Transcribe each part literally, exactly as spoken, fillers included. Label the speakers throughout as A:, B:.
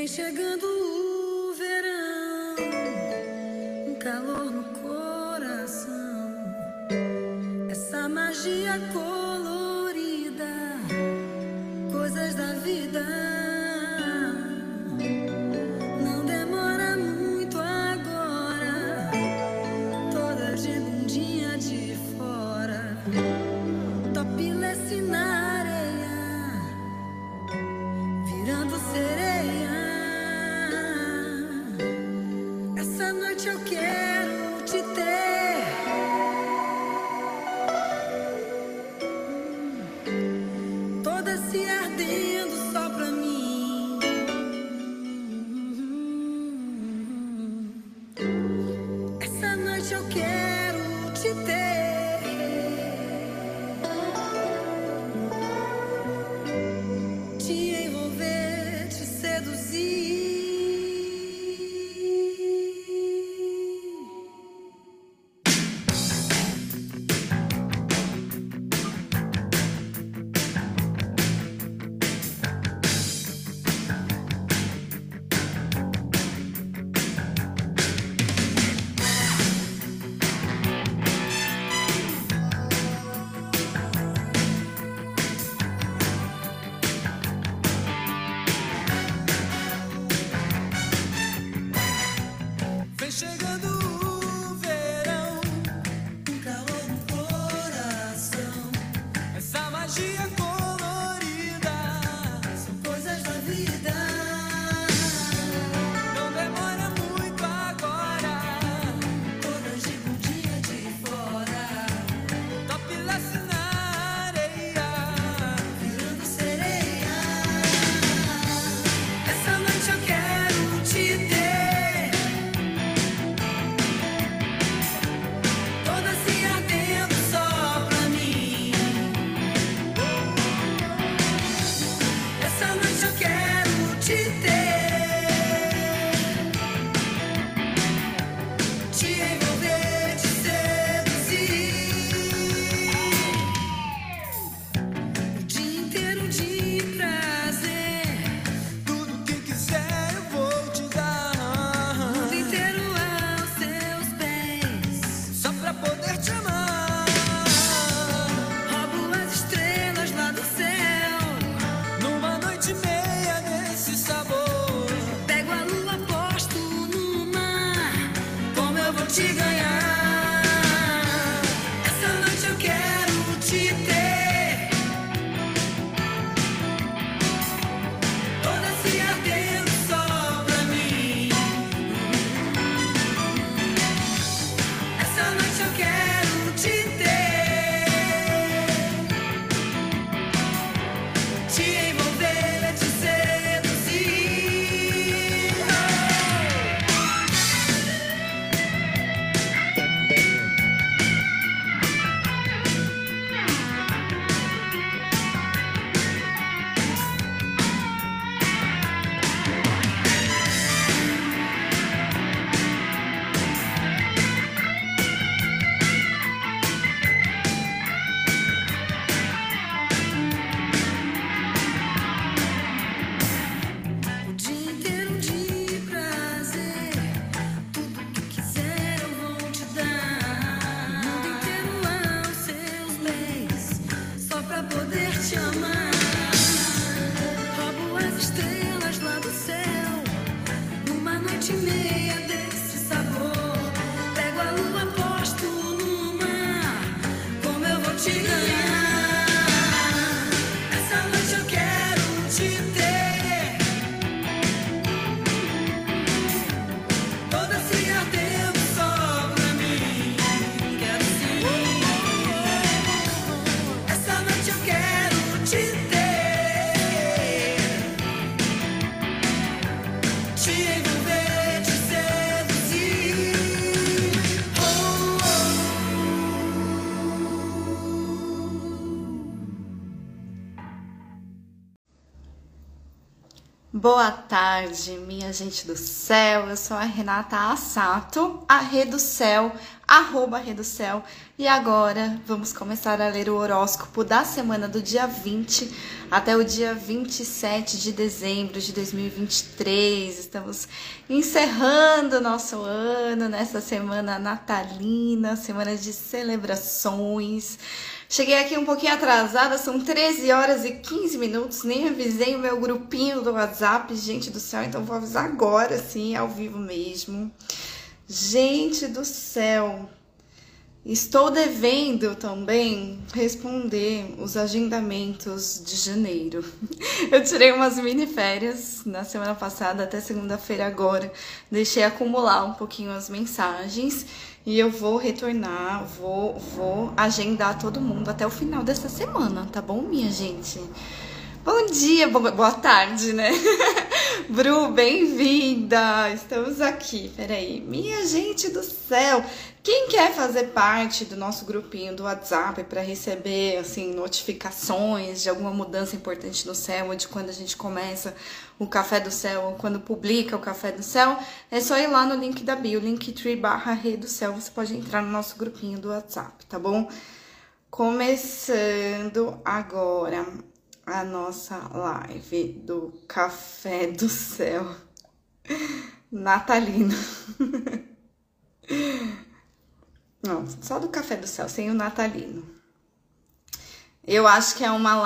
A: Vem chegando o verão, um calor no coração, essa magia colorida, coisas da vida. Não demora muito agora, toda de bundinha de fora, topless na areia, virando sereia. Essa noite eu quero te ter, toda se ardendo só pra mim. Essa noite eu quero te ter, te envolver, te seduzir.
B: Vem chegando o verão,
A: Um calor no coração,
B: essa magia colorida,
A: são coisas da vida.
B: não demora muito agora,
A: Todas de bundinha de fora,
B: topless na areia,
A: virando sereia. Essa noite eu quero te ter, toda se ardendo só pra mim. Essa noite eu quero te ter, te envolver, te seduzir. O dia inteiro de prazer,
B: tudo que quiser eu vou te
A: o
B: dar,
A: mundo inteiro aos seus pés.
B: só pra poder te amar.
A: Roubo as estrelas lá do céu,
B: Numa noite e meia desse sabor,
A: pego a lua, posto no mar. Como eu vou te ganhar? Essa noite eu quero te ter, toda se ardendo só pra mim. Essa noite eu quero te ter, te envolver, te seduzir. O dia inteiro de prazer, tudo que quiser eu vou te dar. O mundo inteiro aos seus pés, só pra poder te amar. Roubo as estrelas lá do céu, numa noite e meia desse sabor. Pego a lua, posto no mar. Como eu vou te ganhar? Essa noite eu quero te ter, toda se ardendo só pra mim. Quero sim. Essa noite eu quero te ter, te envolver, te seduzir. Oh, oh.
C: Boa tarde, minha gente do céu. Eu sou a Renata Assato, a Rê do Céu, arroba Rê do Céu. E agora vamos começar a ler o horóscopo da semana do dia vinte até o dia vinte e sete de dezembro de dois mil e vinte e três. Estamos encerrando o nosso ano nessa semana natalina, semana de celebrações. Cheguei aqui um pouquinho atrasada, são treze horas e quinze minutos, nem avisei o meu grupinho do WhatsApp, gente do céu, então vou avisar agora, sim, ao vivo mesmo. Gente do céu, estou devendo também responder os agendamentos de janeiro. Eu tirei umas mini férias na semana passada até segunda-feira agora, deixei acumular um pouquinho as mensagens. E eu vou retornar, vou, vou agendar todo mundo até o final dessa semana, tá bom, minha gente? Bom dia, bo boa tarde, né? Bru, bem-vinda! Estamos aqui, peraí. Minha gente do céu! Quem quer fazer parte do nosso grupinho do WhatsApp para receber, assim, notificações de alguma mudança importante no céu, ou de quando a gente começa o Café do Céu, ou quando publica o Café do Céu, é só ir lá no link da bio, linktree barra Rê do Céu, você pode entrar no nosso grupinho do WhatsApp, tá bom? Começando agora a nossa live do Café do Céu natalino. Não, só do Café do Céu, sem o natalino. Eu acho que é uma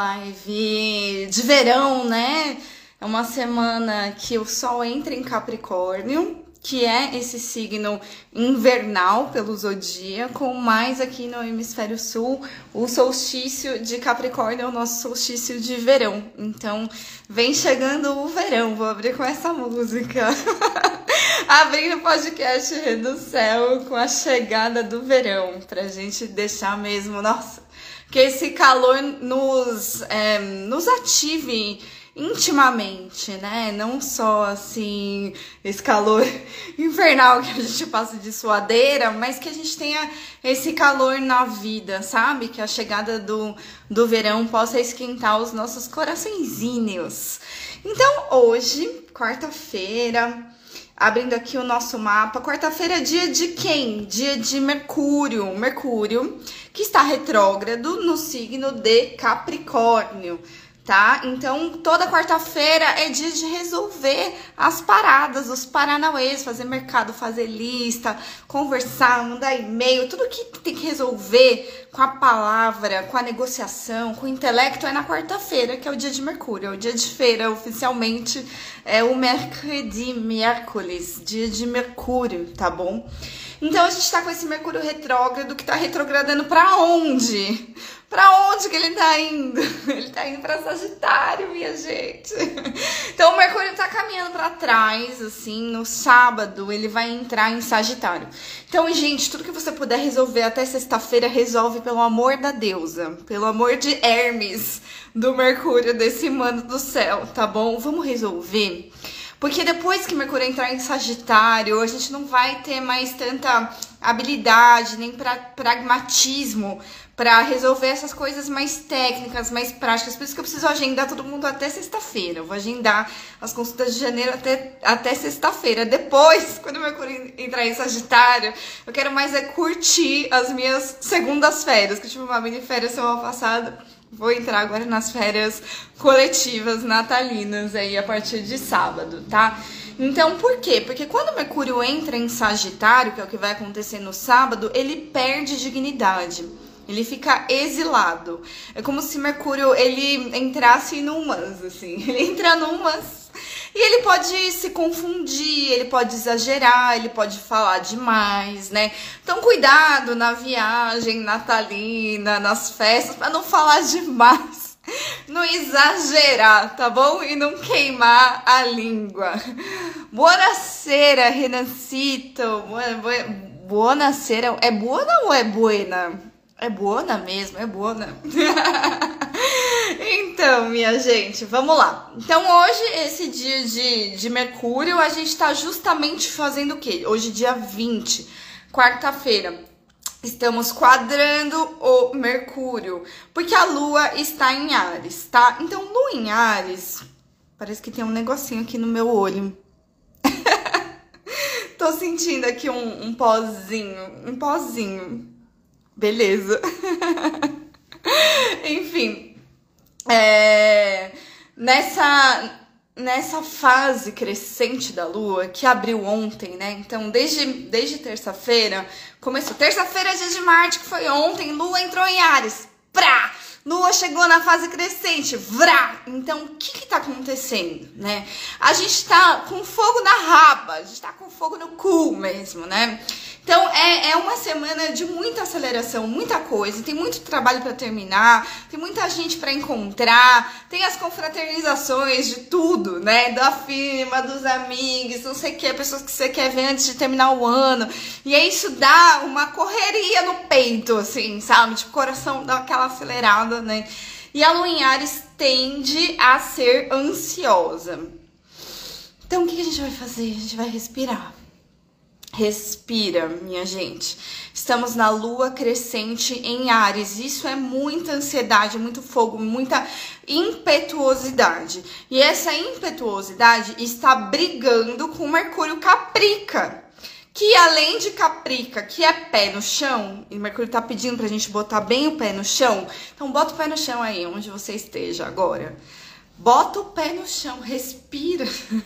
C: live de verão, né? É uma semana que o Sol entra em Capricórnio, que é esse signo invernal pelo zodíaco, mas aqui no hemisfério sul, o solstício de Capricórnio é o nosso solstício de verão. Então, vem chegando o verão, vou abrir com essa música. Abrindo o podcast Rê do Céu com a chegada do verão, pra gente deixar mesmo, nossa, que esse calor nos, é, nos ative intimamente, né? Não só, assim, esse calor infernal que a gente passa de suadeira, mas que a gente tenha esse calor na vida, sabe? Que a chegada do, do verão possa esquentar os nossos coraçõezinhos. Então, hoje, quarta-feira, abrindo aqui o nosso mapa, quarta-feira é dia de quem? Dia de Mercúrio. Mercúrio, que está retrógrado no signo de Capricórnio, tá? Então, toda quarta-feira é dia de resolver as paradas, os paranauês, fazer mercado, fazer lista, conversar, mandar e-mail, tudo que tem que resolver com a palavra, com a negociação, com o intelecto é na quarta-feira, que é o dia de Mercúrio, é o dia de feira, oficialmente é o mercredi, miércoles, dia de Mercúrio, tá bom? Então, a gente tá com esse Mercúrio retrógrado que tá retrogradando pra onde? Pra onde que ele tá indo? Ele tá indo pra Sagitário, minha gente. Então, o Mercúrio tá caminhando pra trás, assim, no sábado ele vai entrar em Sagitário. Então, gente, tudo que você puder resolver até sexta-feira, resolve pelo amor da deusa, pelo amor de Hermes, do Mercúrio, desse mano do céu, tá bom? Vamos resolver? Porque depois que Mercúrio entrar em Sagitário, a gente não vai ter mais tanta habilidade, nem pra pragmatismo para resolver essas coisas mais técnicas, mais práticas. Por isso que eu preciso agendar todo mundo até sexta-feira. Eu vou agendar as consultas de janeiro até, até sexta-feira. Depois, quando o Mercúrio entrar em Sagitário, eu quero mais é curtir as minhas segundas férias, que eu tive uma mini férias semana passada. Vou entrar agora nas férias coletivas natalinas aí a partir de sábado, tá? Então, por quê? Porque quando o Mercúrio entra em Sagitário, que é o que vai acontecer no sábado, ele perde dignidade. Ele fica exilado. É como se Mercúrio, ele entrasse numas, assim. Ele entra numas e ele pode se confundir, ele pode exagerar, ele pode falar demais, né? Então, cuidado na viagem natalina, nas festas, para não falar demais. Não exagerar, tá bom? E não queimar a língua. Buonasera, Renancito. Buonasera. É buona ou é buena? É buona mesmo, é buona. Então, minha gente, vamos lá. Então, hoje, esse dia de, de Mercúrio, a gente tá justamente fazendo o quê? Hoje, dia vinte, quarta-feira. Estamos quadrando o Mercúrio, porque a Lua está em Áries, tá? Então, Lua em Áries Parece que tem um negocinho aqui no meu olho. Tô sentindo aqui um, um pozinho, um pozinho. Beleza. Enfim, é, nessa, nessa fase crescente da Lua, que abriu ontem, né? Então, desde, desde terça-feira, começou. Terça-feira é dia de Marte, que foi ontem, Lua entrou em Áries. Prá! Lua chegou na fase crescente, vrá! Então, o que que tá acontecendo, né? A gente tá com fogo na raba, a gente tá com fogo no cu mesmo, né? Então, é, é uma semana de muita aceleração, muita coisa, tem muito trabalho para terminar, tem muita gente para encontrar, tem as confraternizações de tudo, né? Da firma, dos amigos, não sei o que, pessoas que você quer ver antes de terminar o ano. E aí isso dá uma correria no peito, assim, sabe? Tipo, o coração dá aquela acelerada, né? E a Lua em Áries tende a ser ansiosa. Então, o que a gente vai fazer? A gente vai respirar. Respira, minha gente. Estamos na Lua crescente em Áries. Isso é muita ansiedade, muito fogo, muita impetuosidade. E essa impetuosidade está brigando com Mercúrio Caprica, que além de Caprica, que é pé no chão, e Mercúrio tá pedindo pra gente botar bem o pé no chão. Então bota o pé no chão aí, onde você esteja agora. Bota o pé no chão, respira.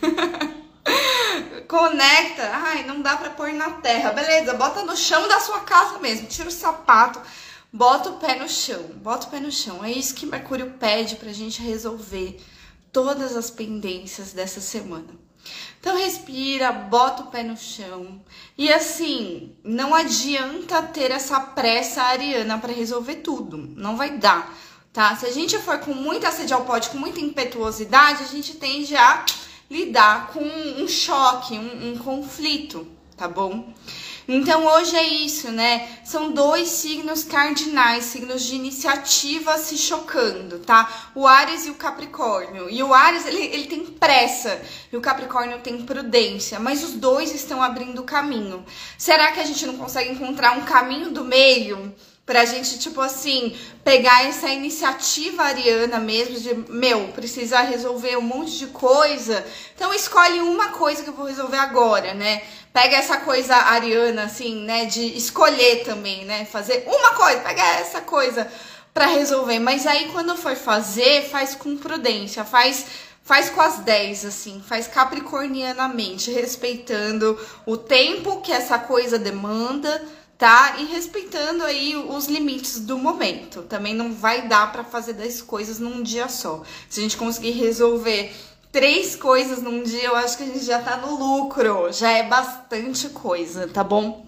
C: Conecta. Ai, não dá pra pôr na terra. Beleza, bota no chão da sua casa mesmo. Tira o sapato, bota o pé no chão. Bota o pé no chão. É isso que Mercúrio pede pra gente resolver todas as pendências dessa semana. Então respira, bota o pé no chão. E assim, não adianta ter essa pressa ariana pra resolver tudo. Não vai dar, tá? Se a gente for com muita sede ao pote, com muita impetuosidade, a gente tende a lidar com um choque, um, um conflito, tá bom? Então hoje é isso, né? São dois signos cardinais, signos de iniciativa se chocando, tá? O Áries e o Capricórnio. E o Áries, ele, ele tem pressa, e o Capricórnio tem prudência, mas os dois estão abrindo o caminho. Será que a gente não consegue encontrar um caminho do meio? Pra gente, tipo assim, pegar essa iniciativa ariana mesmo de, meu, precisa resolver um monte de coisa. Então escolhe uma coisa que eu vou resolver agora, né? Pega essa coisa ariana, assim, né? De escolher também, né? Fazer uma coisa, pega essa coisa pra resolver. Mas aí quando for fazer, faz com prudência, faz... Faz com as dez, assim, faz capricornianamente, respeitando o tempo que essa coisa demanda, tá? E respeitando aí os limites do momento. Também não vai dar pra fazer dez coisas num dia só. Se a gente conseguir resolver três coisas num dia, eu acho que a gente já tá no lucro. Já é bastante coisa, tá bom?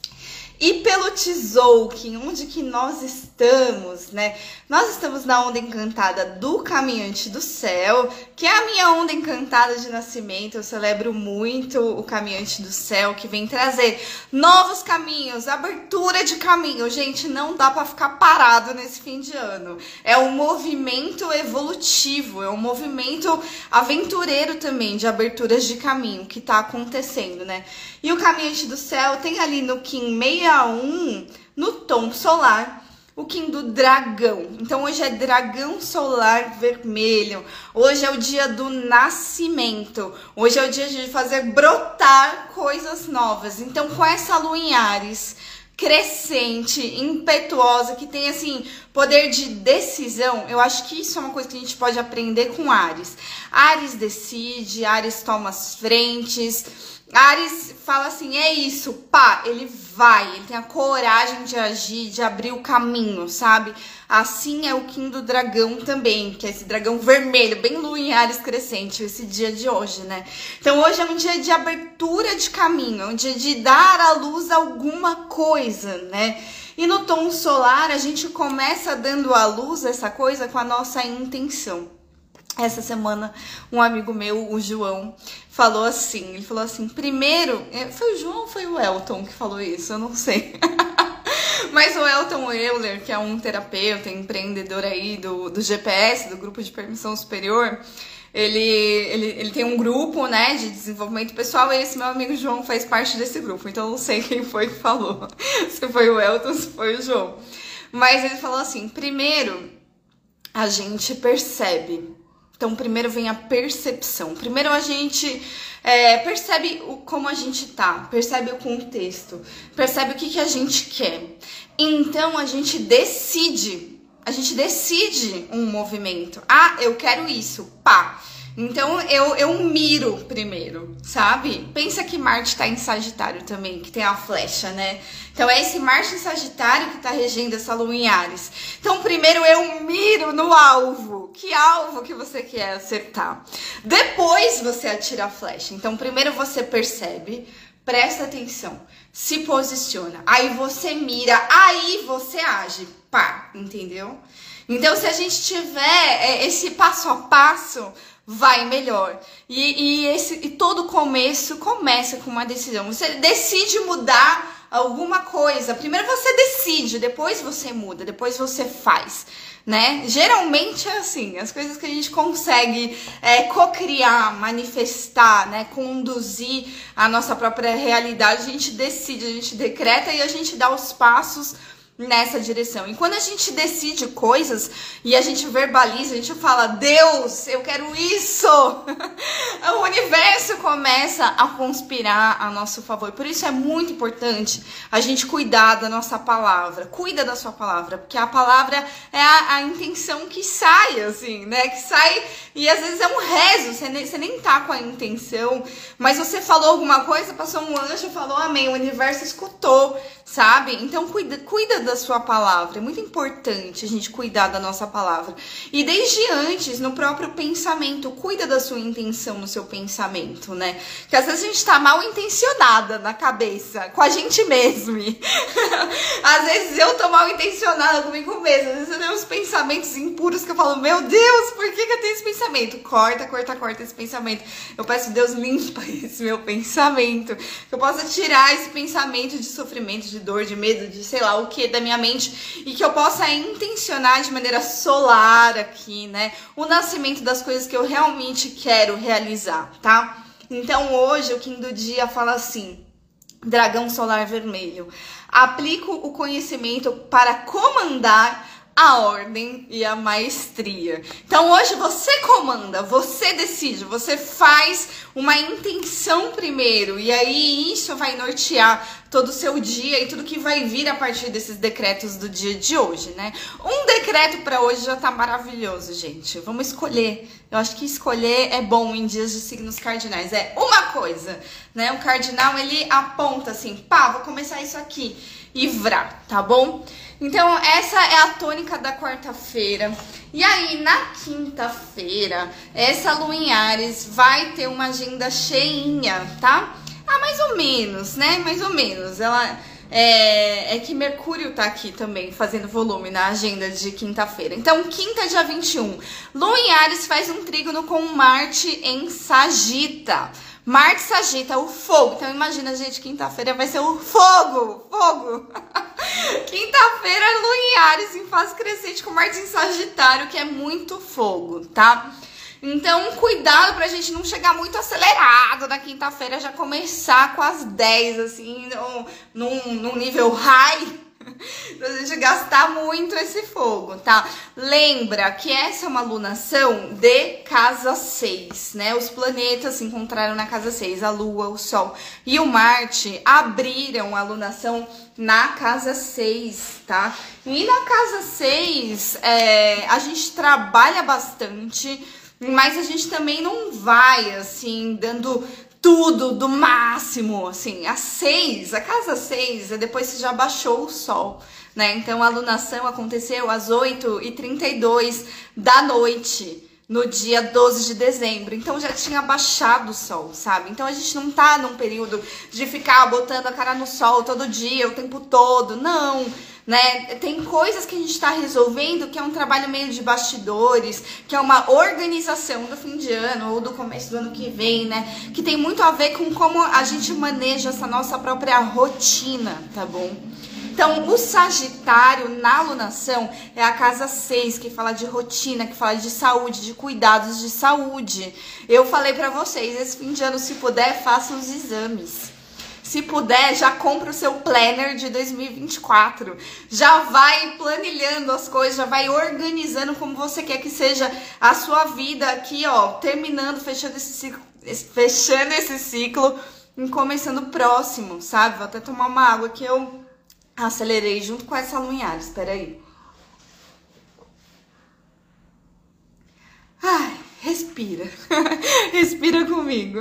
C: E pelo Tzolk'in, onde que nós estamos, né? Nós estamos na onda encantada do Caminhante do Céu, que é a minha onda encantada de nascimento. Eu celebro muito o Caminhante do Céu, que vem trazer novos caminhos, abertura de caminho. Gente, não dá pra ficar parado nesse fim de ano. É um movimento evolutivo, é um movimento aventureiro também, de aberturas de caminho que tá acontecendo, né? E o Caminhante do Céu tem ali no Kim sessenta e um, no tom solar, o Kim do dragão. Então hoje é dragão solar vermelho. Hoje é o dia do nascimento. Hoje é o dia de fazer brotar coisas novas. Então com essa lua em Áries, crescente, impetuosa, que tem assim poder de decisão, eu acho que isso é uma coisa que a gente pode aprender com Áries. Áries decide, Áries toma as frentes. Áries fala assim, é isso, pá, ele vai, ele tem a coragem de agir, de abrir o caminho, sabe? Assim é o Kim do dragão também, que é esse dragão vermelho, bem lua em Áries crescente, esse dia de hoje, né? Então hoje é um dia de abertura de caminho, é um dia de dar à luz alguma coisa, né? E no tom solar a gente começa dando à luz essa coisa com a nossa intenção. Essa semana, um amigo meu, o João, falou assim, ele falou assim, primeiro, foi o João ou foi o Elton que falou isso? Eu não sei. Mas o Elton Euler, que é um terapeuta, empreendedor aí do, do G P S, do Grupo de Permissão Superior, ele, ele, ele tem um grupo, né, de desenvolvimento pessoal, e esse meu amigo João faz parte desse grupo, então eu não sei quem foi que falou, se foi o Elton, se foi o João. Mas ele falou assim, primeiro, a gente percebe Então, primeiro vem a percepção. Primeiro a gente é, percebe o, como a gente tá, percebe o contexto, percebe o que, que a gente quer. Então, a gente decide, a gente decide um movimento. Ah, eu quero isso, pá. Então, eu, eu miro primeiro, sabe? Pensa que Marte tá em Sagitário também, que tem a flecha, né? Então, é esse Marte em Sagitário que tá regendo essa Lua em Áries. Então, primeiro eu miro no alvo. Que alvo que você quer acertar? Depois você atira a flecha. Então, primeiro você percebe, presta atenção, se posiciona. Aí você mira, aí você age. Pá, entendeu? Então, se a gente tiver esse passo a passo, vai melhor. E, e, esse, e todo começo começa com uma decisão. Você decide mudar alguma coisa. Primeiro você decide, depois você muda, depois você faz, né? Geralmente é assim, as coisas que a gente consegue é, co-criar, manifestar, né? Conduzir a nossa própria realidade, a gente decide, a gente decreta e a gente dá os passos nessa direção. E quando a gente decide coisas e a gente verbaliza, a gente fala, Deus, eu quero isso, o universo começa a conspirar a nosso favor. Por isso é muito importante a gente cuidar da nossa palavra. Cuida da sua palavra, porque a palavra é a, a intenção que sai, assim, né? Que sai e às vezes é um rezo, você nem, você nem tá com a intenção, mas você falou alguma coisa, passou um anjo, falou amém, o universo escutou, sabe? Então cuida, cuida da sua palavra, é muito importante a gente cuidar da nossa palavra. E desde antes, no próprio pensamento, cuida da sua intenção no seu pensamento, né? Porque às vezes a gente tá mal intencionada na cabeça, com a gente mesmo. Às vezes eu tô mal intencionada comigo mesma, às vezes eu tenho uns pensamentos impuros que eu falo, meu Deus, por que que eu tenho esse pensamento? Corta, corta, corta esse pensamento. Eu peço, Deus, limpa esse meu pensamento, que eu possa tirar esse pensamento de sofrimento, de dor, de medo, de sei lá o que da minha mente, e que eu possa intencionar de maneira solar aqui, né, o nascimento das coisas que eu realmente quero realizar, tá? Então hoje o Kim do dia fala assim, dragão solar vermelho, aplico o conhecimento para comandar a ordem e a maestria. Então hoje você comanda, você decide, você faz uma intenção primeiro, e aí isso vai nortear todo o seu dia e tudo que vai vir a partir desses decretos do dia de hoje, né? Um decreto para hoje já tá maravilhoso, gente. Vamos escolher. Eu acho que escolher é bom em dias de signos cardinais. É uma coisa, né? O cardinal, ele aponta assim, pá, vou começar isso aqui. E vrá, tá bom? Então, essa é a tônica da quarta-feira. E aí, na quinta-feira, essa Lua em Áries vai ter uma agenda cheinha, tá? Ah, mais ou menos, né? Mais ou menos. Ela é, é que Mercúrio tá aqui também, fazendo volume na agenda de quinta-feira. Então, quinta, dia vinte e um, Lua em Áries faz um trígono com Marte em Sagita. Marte Sagita, o fogo. Então imagina, gente, quinta-feira vai ser o fogo, fogo. Quinta-feira, Lua em Áries em fase crescente com Marte em Sagitário, que é muito fogo, tá? Então, cuidado pra gente não chegar muito acelerado na quinta-feira, já começar com as dez, assim, num, num nível high, pra gente gastar muito esse fogo, tá? Lembra que essa é uma lunação de casa seis, né? Os planetas se encontraram na casa seis, a Lua, o Sol e o Marte abriram a lunação na casa seis, tá? E na casa seis, é, a gente trabalha bastante, mas a gente também não vai, assim, dando tudo do máximo, assim. A seis, a casa seis é depois que já baixou o sol, né? Então, a lunação aconteceu às oito e trinta e dois da noite, no dia doze de dezembro. Então, já tinha baixado o sol, sabe? Então, a gente não tá num período de ficar botando a cara no sol todo dia, o tempo todo, não, né? Tem coisas que a gente tá resolvendo que é um trabalho meio de bastidores, que é uma organização do fim de ano ou do começo do ano que vem, né? Que tem muito a ver com como a gente maneja essa nossa própria rotina, tá bom? Então, o Sagitário na lunação é a casa seis, que fala de rotina, que fala de saúde, de cuidados de saúde. Eu falei pra vocês, esse fim de ano, se puder, faça os exames. Se puder, já compra o seu planner de dois mil e vinte e quatro. Já vai planilhando as coisas, já vai organizando como você quer que seja a sua vida aqui, ó, terminando, fechando esse ciclo, fechando esse ciclo e começando o próximo, sabe? Vou até tomar uma água que eu acelerei junto com essa Lunhares, espera aí. Ai, respira. Respira comigo.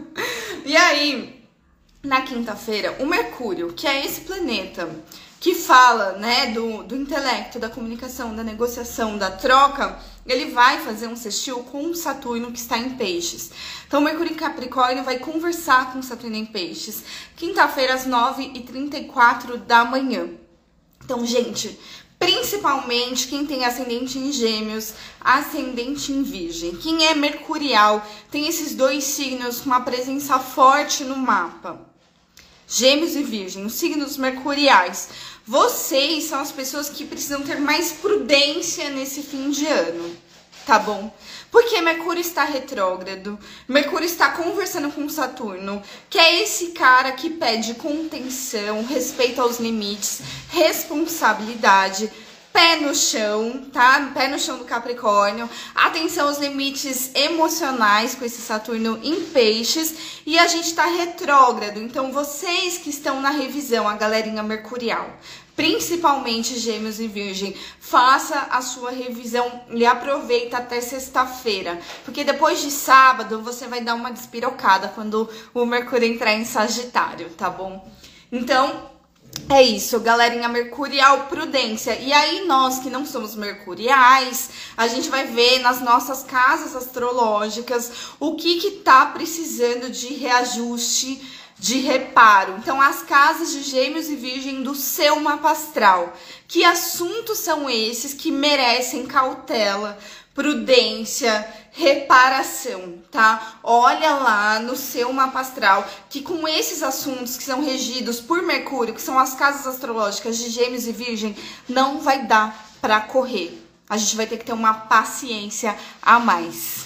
C: E aí, na quinta-feira, o Mercúrio, que é esse planeta que fala, né, do, do intelecto, da comunicação, da negociação, da troca, ele vai fazer um sextil com Saturno que está em Peixes. Então, o Mercúrio em Capricórnio vai conversar com Saturno em Peixes, quinta-feira às nove e trinta e quatro da manhã. Então, gente, principalmente quem tem ascendente em Gêmeos, ascendente em Virgem. Quem é mercurial tem esses dois signos com uma presença forte no mapa. Gêmeos e Virgem, os signos mercuriais. Vocês são as pessoas que precisam ter mais prudência nesse fim de ano, tá bom? Porque Mercúrio está retrógrado, Mercúrio está conversando com Saturno, que é esse cara que pede contenção, respeito aos limites, responsabilidade, pé no chão, tá? Pé no chão do Capricórnio, atenção aos limites emocionais com esse Saturno em Peixes, e a gente tá retrógrado, então vocês que estão na revisão, a galerinha mercurial, principalmente Gêmeos e Virgem, faça a sua revisão e aproveita até sexta-feira, porque depois de sábado você vai dar uma despirocada quando o Mercúrio entrar em Sagitário, tá bom? Então, é isso, galerinha mercurial, prudência. E aí nós que não somos mercuriais, a gente vai ver nas nossas casas astrológicas o que que tá precisando de reajuste, de reparo. Então, as casas de Gêmeos e Virgem do seu mapa astral. Que assuntos são esses que merecem cautela, prudência, reparação, tá? Olha lá no seu mapa astral que com esses assuntos que são regidos por Mercúrio, que são as casas astrológicas de Gêmeos e Virgem, não vai dar pra correr. A gente vai ter que ter uma paciência a mais.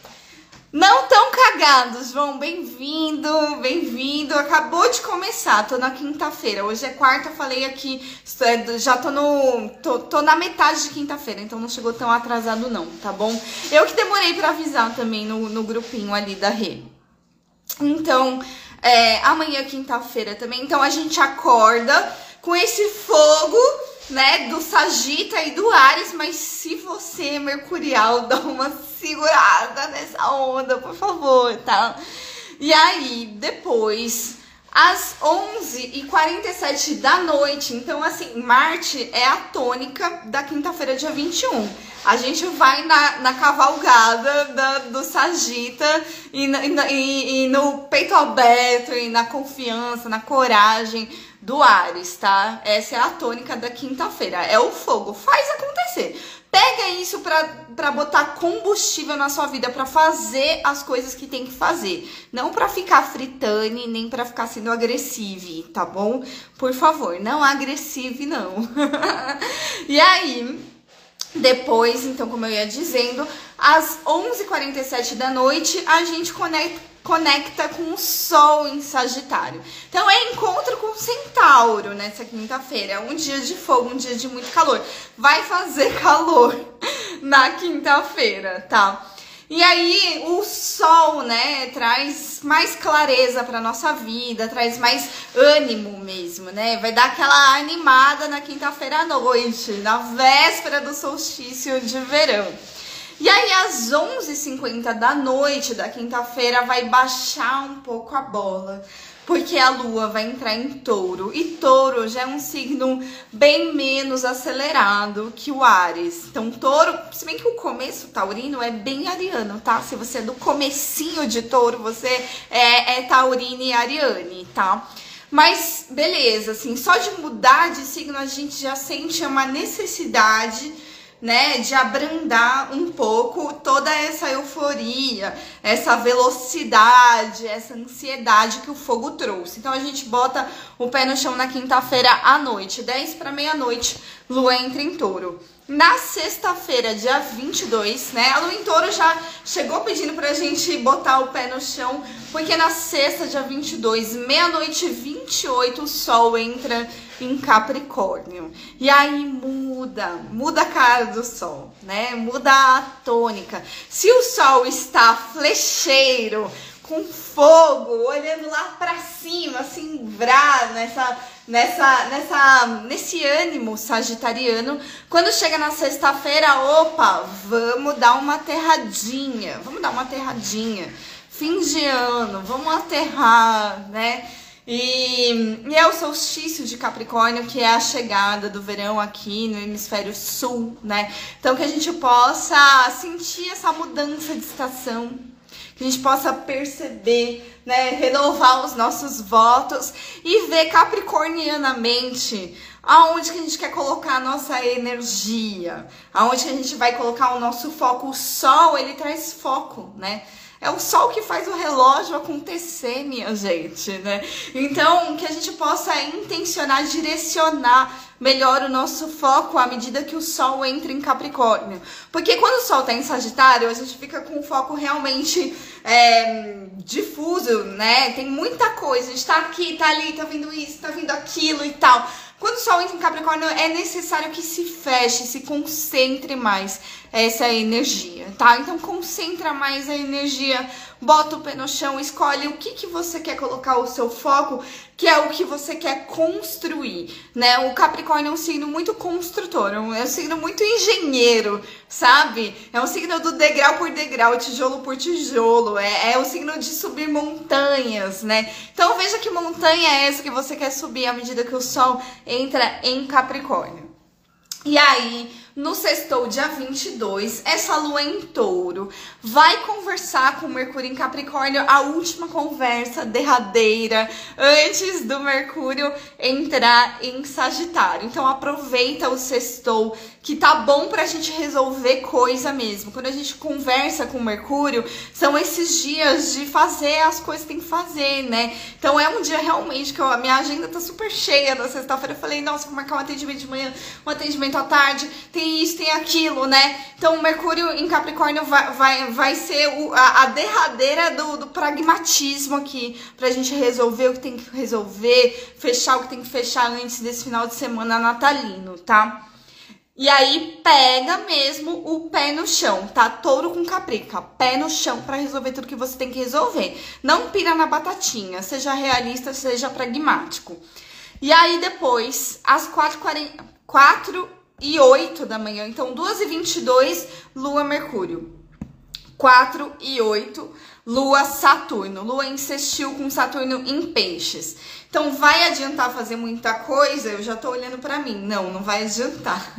C: Não tão cagados, João, bem-vindo, bem-vindo, acabou de começar, tô na quinta-feira, hoje é quarta, falei aqui, já tô, no, tô, tô na metade de quinta-feira, então não chegou tão atrasado não, tá bom? Eu que demorei pra avisar também no, no grupinho ali da Rê. Então, é, amanhã quinta-feira também, então a gente acorda com esse fogo, né, do Sagita e do Áries, mas se você é mercurial, dá uma segurada nessa onda, por favor, tá? E aí, depois, às onze e quarenta e sete da noite, então assim, Marte é a tônica da quinta-feira, dia vinte e um. A gente vai na, na cavalgada da, do Sagita e, na, e, e no peito aberto, e na confiança, na coragem do Áries, tá? Essa é a tônica da quinta-feira, é o fogo, faz acontecer. Pega isso pra, pra botar combustível na sua vida, pra fazer as coisas que tem que fazer. Não pra ficar fritando, nem pra ficar sendo agressivo, tá bom? Por favor, não agressive, não. E aí, depois, então, como eu ia dizendo, às onze e quarenta e sete da noite, a gente conecta conecta com o Sol em Sagitário. Então é encontro com o Centauro nessa quinta-feira. É um dia de fogo, um dia de muito calor. Vai fazer calor na quinta-feira, tá? E aí o Sol, né, traz mais clareza para nossa vida, traz mais ânimo mesmo, né? Vai dar aquela animada na quinta-feira à noite, na véspera do solstício de verão. E aí, às onze e cinquenta da noite da quinta-feira, vai baixar um pouco a bola, porque a Lua vai entrar em Touro. E Touro já é um signo bem menos acelerado que o Áries. Então, Touro, se bem que o começo taurino é bem ariano, tá? Se você é do comecinho de Touro, você é, é taurino e ariane, tá? Mas, beleza, assim, só de mudar de signo a gente já sente uma necessidade, né, de abrandar um pouco toda essa euforia, essa velocidade, essa ansiedade que o fogo trouxe. Então a gente bota o pé no chão na quinta-feira à noite, dez para meia-noite, Lua entra em Touro. Na sexta-feira, dia vinte e dois, né? A Lua em Touro já chegou pedindo pra gente botar o pé no chão, porque na sexta, dia vinte e dois, meia-noite e vinte e oito, o Sol entra em Capricórnio. E aí muda, muda a cara do Sol, né? Muda a tônica. Se o Sol está flecheiro, com fogo, olhando lá pra cima, assim, vrá, nessa, nessa, nessa, nesse ânimo sagitariano, quando chega na sexta-feira, opa, vamos dar uma aterradinha, vamos dar uma aterradinha, fim de ano, vamos aterrar, né? E, e é o solstício de Capricórnio, que é a chegada do verão aqui no hemisfério sul, né? Então que a gente possa sentir essa mudança de estação, que a gente possa perceber, né, renovar os nossos votos e ver capricornianamente aonde que a gente quer colocar a nossa energia, aonde que a gente vai colocar o nosso foco. O Sol, ele traz foco, né? É o Sol que faz o relógio acontecer, minha gente, né? Então, que a gente possa intencionar, direcionar melhor o nosso foco à medida que o Sol entra em Capricórnio. Porque quando o Sol tá em Sagitário, a gente fica com o foco realmente é, difuso, né? Tem muita coisa, a gente tá aqui, tá ali, tá vendo isso, tá vendo aquilo e tal. Quando o Sol entra em Capricórnio, é necessário que se feche, se concentre mais essa energia, tá? Então, concentra mais a energia, bota o pé no chão, escolhe o que, que você quer colocar o seu foco, que é o que você quer construir, né? O Capricórnio é um signo muito construtor, é um signo muito engenheiro, sabe? É um signo do degrau por degrau, tijolo por tijolo, é, é o signo de subir montanhas, né? Então, veja que montanha é essa que você quer subir à medida que o Sol entra em Capricórnio. E aí, no sextou, dia vinte e dois, essa Lua em Touro vai conversar com o Mercúrio em Capricórnio, a última conversa derradeira antes do Mercúrio entrar em Sagitário. Então aproveita o sextou, que tá bom pra gente resolver coisa mesmo. Quando a gente conversa com o Mercúrio, são esses dias de fazer as coisas que tem que fazer, né? Então é um dia realmente que eu, a minha agenda tá super cheia na sexta-feira. Eu falei, nossa, vou marcar um atendimento de manhã, um atendimento à tarde, tem isso, tem aquilo, né? Então o Mercúrio em Capricórnio vai, vai, vai ser o, a, a derradeira do, do pragmatismo aqui, pra gente resolver o que tem que resolver, fechar o que tem que fechar antes desse final de semana natalino, tá? E aí pega mesmo o pé no chão, tá? Touro com Caprica, pé no chão pra resolver tudo que você tem que resolver. Não pira na batatinha, seja realista, seja pragmático. E aí depois, às quatro e oito da manhã, então duas e vinte e dois, Lua Mercúrio. quatro e oito, Lua Saturno. Lua em sextil com Saturno em peixes. Então, vai adiantar fazer muita coisa? Eu já tô olhando pra mim. Não, não vai adiantar.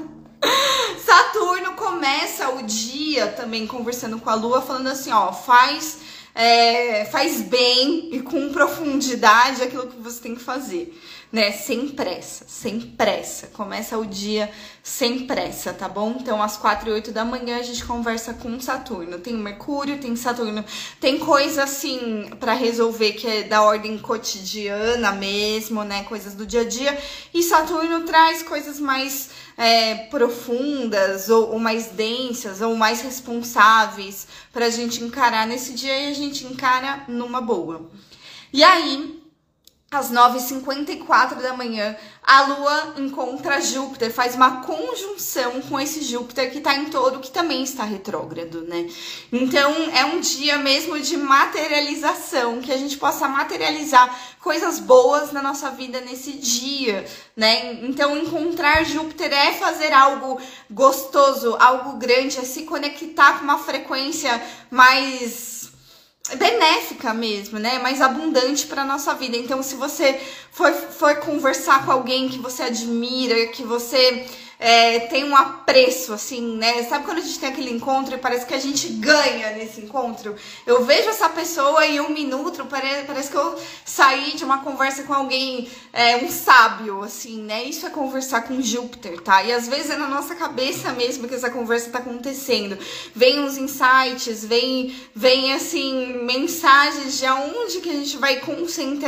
C: Saturno começa o dia também conversando com a Lua, falando assim, ó, faz, é, faz bem e com profundidade aquilo que você tem que fazer, né? Sem pressa, sem pressa. Começa o dia sem pressa, tá bom? Então, às quatro e oito da manhã, a gente conversa com Saturno. Tem Mercúrio, tem Saturno. Tem coisa, assim, pra resolver que é da ordem cotidiana mesmo, né? Coisas do dia a dia. E Saturno traz coisas mais é, profundas, ou, ou mais densas, ou mais responsáveis pra gente encarar nesse dia. E a gente encara numa boa. E aí, às nove e cinquenta e quatro da manhã, a Lua encontra Júpiter, faz uma conjunção com esse Júpiter que tá em Touro, que também está retrógrado, né? Então, é um dia mesmo de materialização, que a gente possa materializar coisas boas na nossa vida nesse dia, né? Então, encontrar Júpiter é fazer algo gostoso, algo grande, é se conectar com uma frequência mais benéfica mesmo, né? Mais abundante para nossa vida. Então, se você for, for conversar com alguém que você admira, que você é, tem um apreço, assim, né? Sabe quando a gente tem aquele encontro e parece que a gente ganha nesse encontro? Eu vejo essa pessoa e um minuto, parece, parece que eu saí de uma conversa com alguém, é, um sábio, assim, né? Isso é conversar com Júpiter, tá? E às vezes é na nossa cabeça mesmo que essa conversa tá acontecendo. Vem uns insights, vem, vem assim, mensagens de aonde que a gente vai concentrar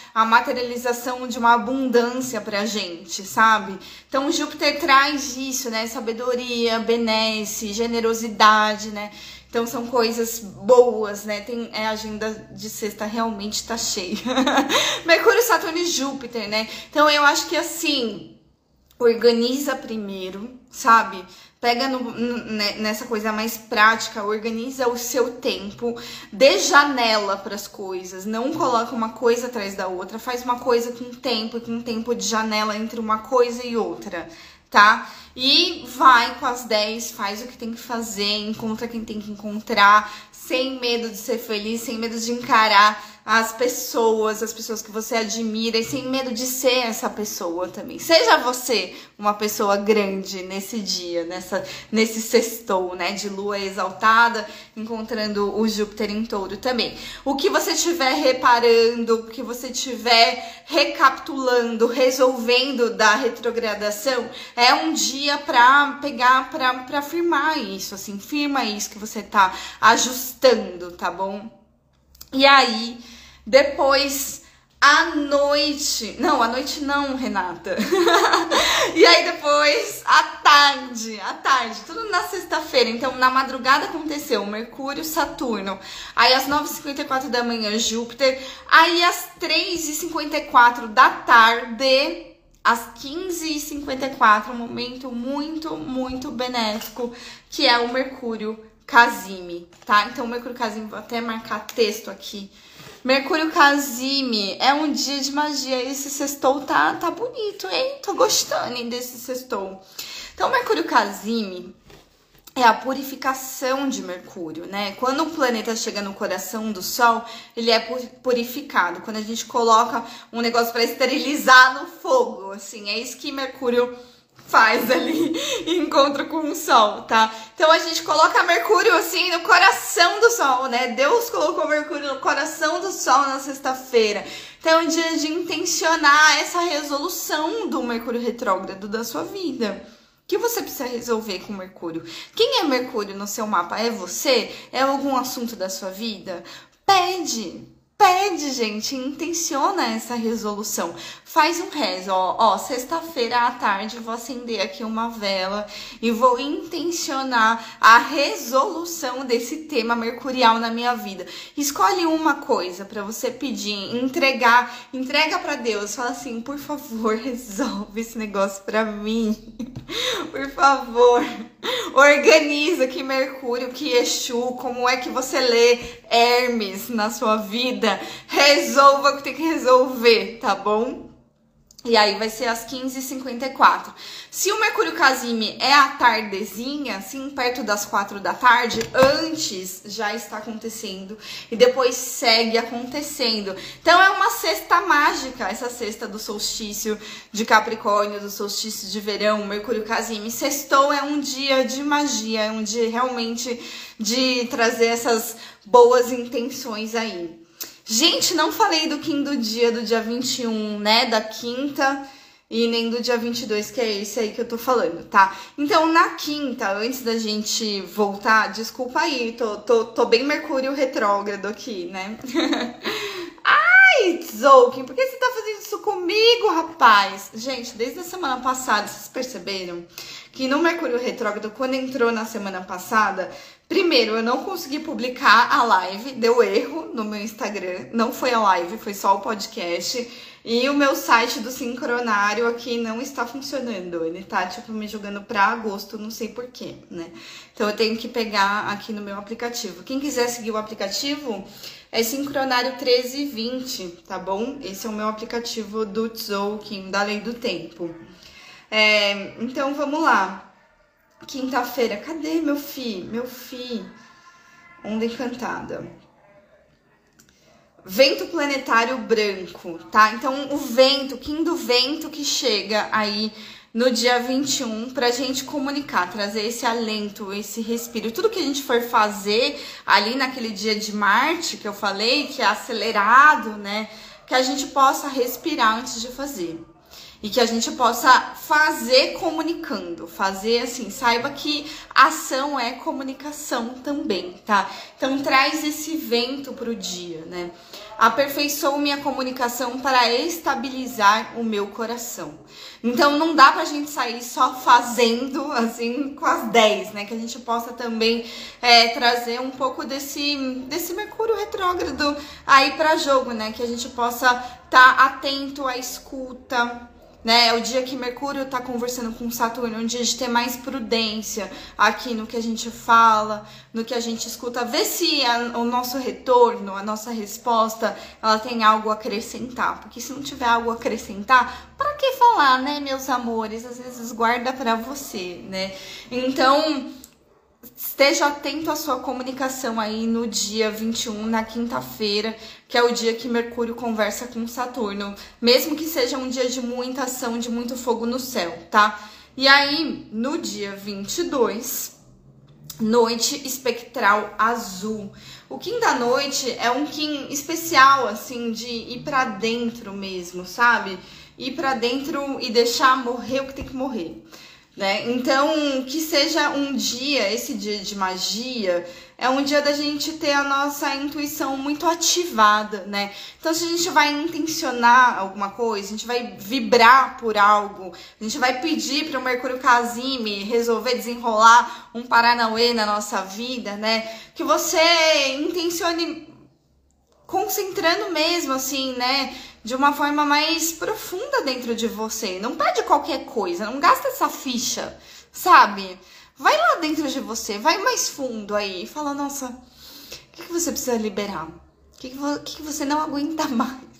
C: a materialização de uma abundância pra gente, sabe? Então Júpiter traz isso, né? Sabedoria, benesse, generosidade, né? Então são coisas boas, né? Tem, a agenda de sexta realmente tá cheia. Mercúrio, Saturno e Júpiter, né? Então eu acho que assim, organiza primeiro, sabe? Pega no, nessa coisa mais prática, organiza o seu tempo, dê janela para as coisas, não coloca uma coisa atrás da outra, faz uma coisa com tempo e com tempo de janela entre uma coisa e outra, tá? E vai com as dez, faz o que tem que fazer, encontra quem tem que encontrar, sem medo de ser feliz, sem medo de encarar as pessoas, as pessoas que você admira e sem medo de ser essa pessoa também. Seja você uma pessoa grande nesse dia, nessa, nesse sextou, né, de lua exaltada, encontrando o Júpiter em touro também. O que você estiver reparando, o que você estiver recapitulando, resolvendo da retrogradação, é um dia para pegar, para para firmar isso, assim, firma isso que você tá ajustando, tá bom? E aí, depois, à noite... Não, à noite não, Renata. E aí, depois, à tarde, à tarde, tudo na sexta-feira. Então, na madrugada aconteceu Mercúrio, Saturno. Aí, às nove e cinquenta e quatro da manhã, Júpiter. Aí, às três e cinquenta e quatro da tarde... Às quinze e cinquenta e quatro, um momento muito, muito benéfico, que é o Mercúrio Casime, tá? Então, o Mercúrio Casime, vou até marcar texto aqui. Mercúrio Casime é um dia de magia. Esse sextou tá, tá bonito, hein? Tô gostando desse sextou. Então, o Mercúrio Casime é a purificação de Mercúrio, né? Quando o planeta chega no coração do Sol, ele é purificado. Quando a gente coloca um negócio para esterilizar no fogo, assim, é isso que Mercúrio faz ali, encontro com o Sol, tá? Então a gente coloca Mercúrio assim no coração do Sol, né? Deus colocou Mercúrio no coração do Sol na sexta-feira. Então é um dia de intencionar essa resolução do Mercúrio retrógrado da sua vida. O que você precisa resolver com Mercúrio? Quem é Mercúrio no seu mapa? É você? É algum assunto da sua vida? Pede! Pede, gente, intenciona essa resolução. Faz um rezo, ó, ó sexta-feira à tarde vou acender aqui uma vela e vou intencionar a resolução desse tema mercurial na minha vida. Escolhe uma coisa para você pedir, entregar, entrega para Deus, fala assim, por favor, resolve esse negócio para mim. Por favor, organiza que Mercúrio, que Exu, como é que você lê Hermes na sua vida, resolva o que tem que resolver, tá bom? E aí vai ser às quinze e cinquenta e quatro. Se o Mercúrio Casime é à tardezinha, assim, perto das quatro da tarde, antes já está acontecendo e depois segue acontecendo. Então é uma sexta mágica, essa sexta do solstício de Capricórnio, do solstício de verão, Mercúrio Casime. Sextou é um dia de magia, é um dia realmente de trazer essas boas intenções aí. Gente, não falei do Kim do dia, do dia vinte e um, né, da quinta, e nem do dia vinte e dois, que é esse aí que eu tô falando, tá? Então, na quinta, antes da gente voltar, desculpa aí, tô, tô, tô bem Mercúrio retrógrado aqui, né? Ai, Zoukin, por que você tá fazendo isso comigo, rapaz? Gente, desde a semana passada, vocês perceberam que no Mercúrio retrógrado, quando entrou na semana passada... Primeiro, eu não consegui publicar a live, deu erro no meu Instagram, não foi a live, foi só o podcast. E o meu site do Sincronário aqui não está funcionando, ele tá, tipo, me jogando pra agosto, não sei porquê, né? Então eu tenho que pegar aqui no meu aplicativo. Quem quiser seguir o aplicativo, é Sincronário treze vinte, tá bom? Esse é o meu aplicativo do Tzolk'in, da Lei do Tempo. É, então, vamos lá. Quinta-feira, cadê meu fi? Meu fi. Onda encantada. Vento planetário branco, tá? Então, o vento, Kim do vento que chega aí no dia vinte e um pra gente comunicar, trazer esse alento, esse respiro. Tudo que a gente for fazer ali naquele dia de Marte, que eu falei, que é acelerado, né? Que a gente possa respirar antes de fazer. E que a gente possa fazer comunicando, fazer assim, saiba que ação é comunicação também, tá? Então traz esse vento pro dia, né? Aperfeiçoo minha comunicação para estabilizar o meu coração. Então não dá pra gente sair só fazendo, assim, com as dez, né? Que a gente possa também é, trazer um pouco desse, desse Mercúrio retrógrado aí pra jogo, né? Que a gente possa estar atento à escuta, né? É o dia que Mercúrio tá conversando com Saturno, um dia de ter mais prudência aqui no que a gente fala, no que a gente escuta, ver se a, o nosso retorno, a nossa resposta, ela tem algo a acrescentar, porque se não tiver algo a acrescentar, para que falar, né, meus amores? Às vezes guarda para você, né? Então, esteja atento à sua comunicação aí no dia vinte e um, na quinta-feira, que é o dia que Mercúrio conversa com Saturno, mesmo que seja um dia de muita ação, de muito fogo no céu, tá? E aí, no dia vinte e dois, noite espectral azul. O Kim da noite é um Kim especial, assim, de ir pra dentro mesmo, sabe? Ir pra dentro e deixar morrer o que tem que morrer. Né? Então, que seja um dia, esse dia de magia, é um dia da gente ter a nossa intuição muito ativada, né? Então, se a gente vai intencionar alguma coisa, a gente vai vibrar por algo, a gente vai pedir para o Mercúrio Casime resolver desenrolar um Paranauê na nossa vida, né? Que você intencione concentrando mesmo, assim, né? De uma forma mais profunda dentro de você. Não pede qualquer coisa, não gasta essa ficha, sabe? Vai lá dentro de você, vai mais fundo aí. Fala, nossa, o que, que você precisa liberar? O que, que, vo- que, que você não aguenta mais?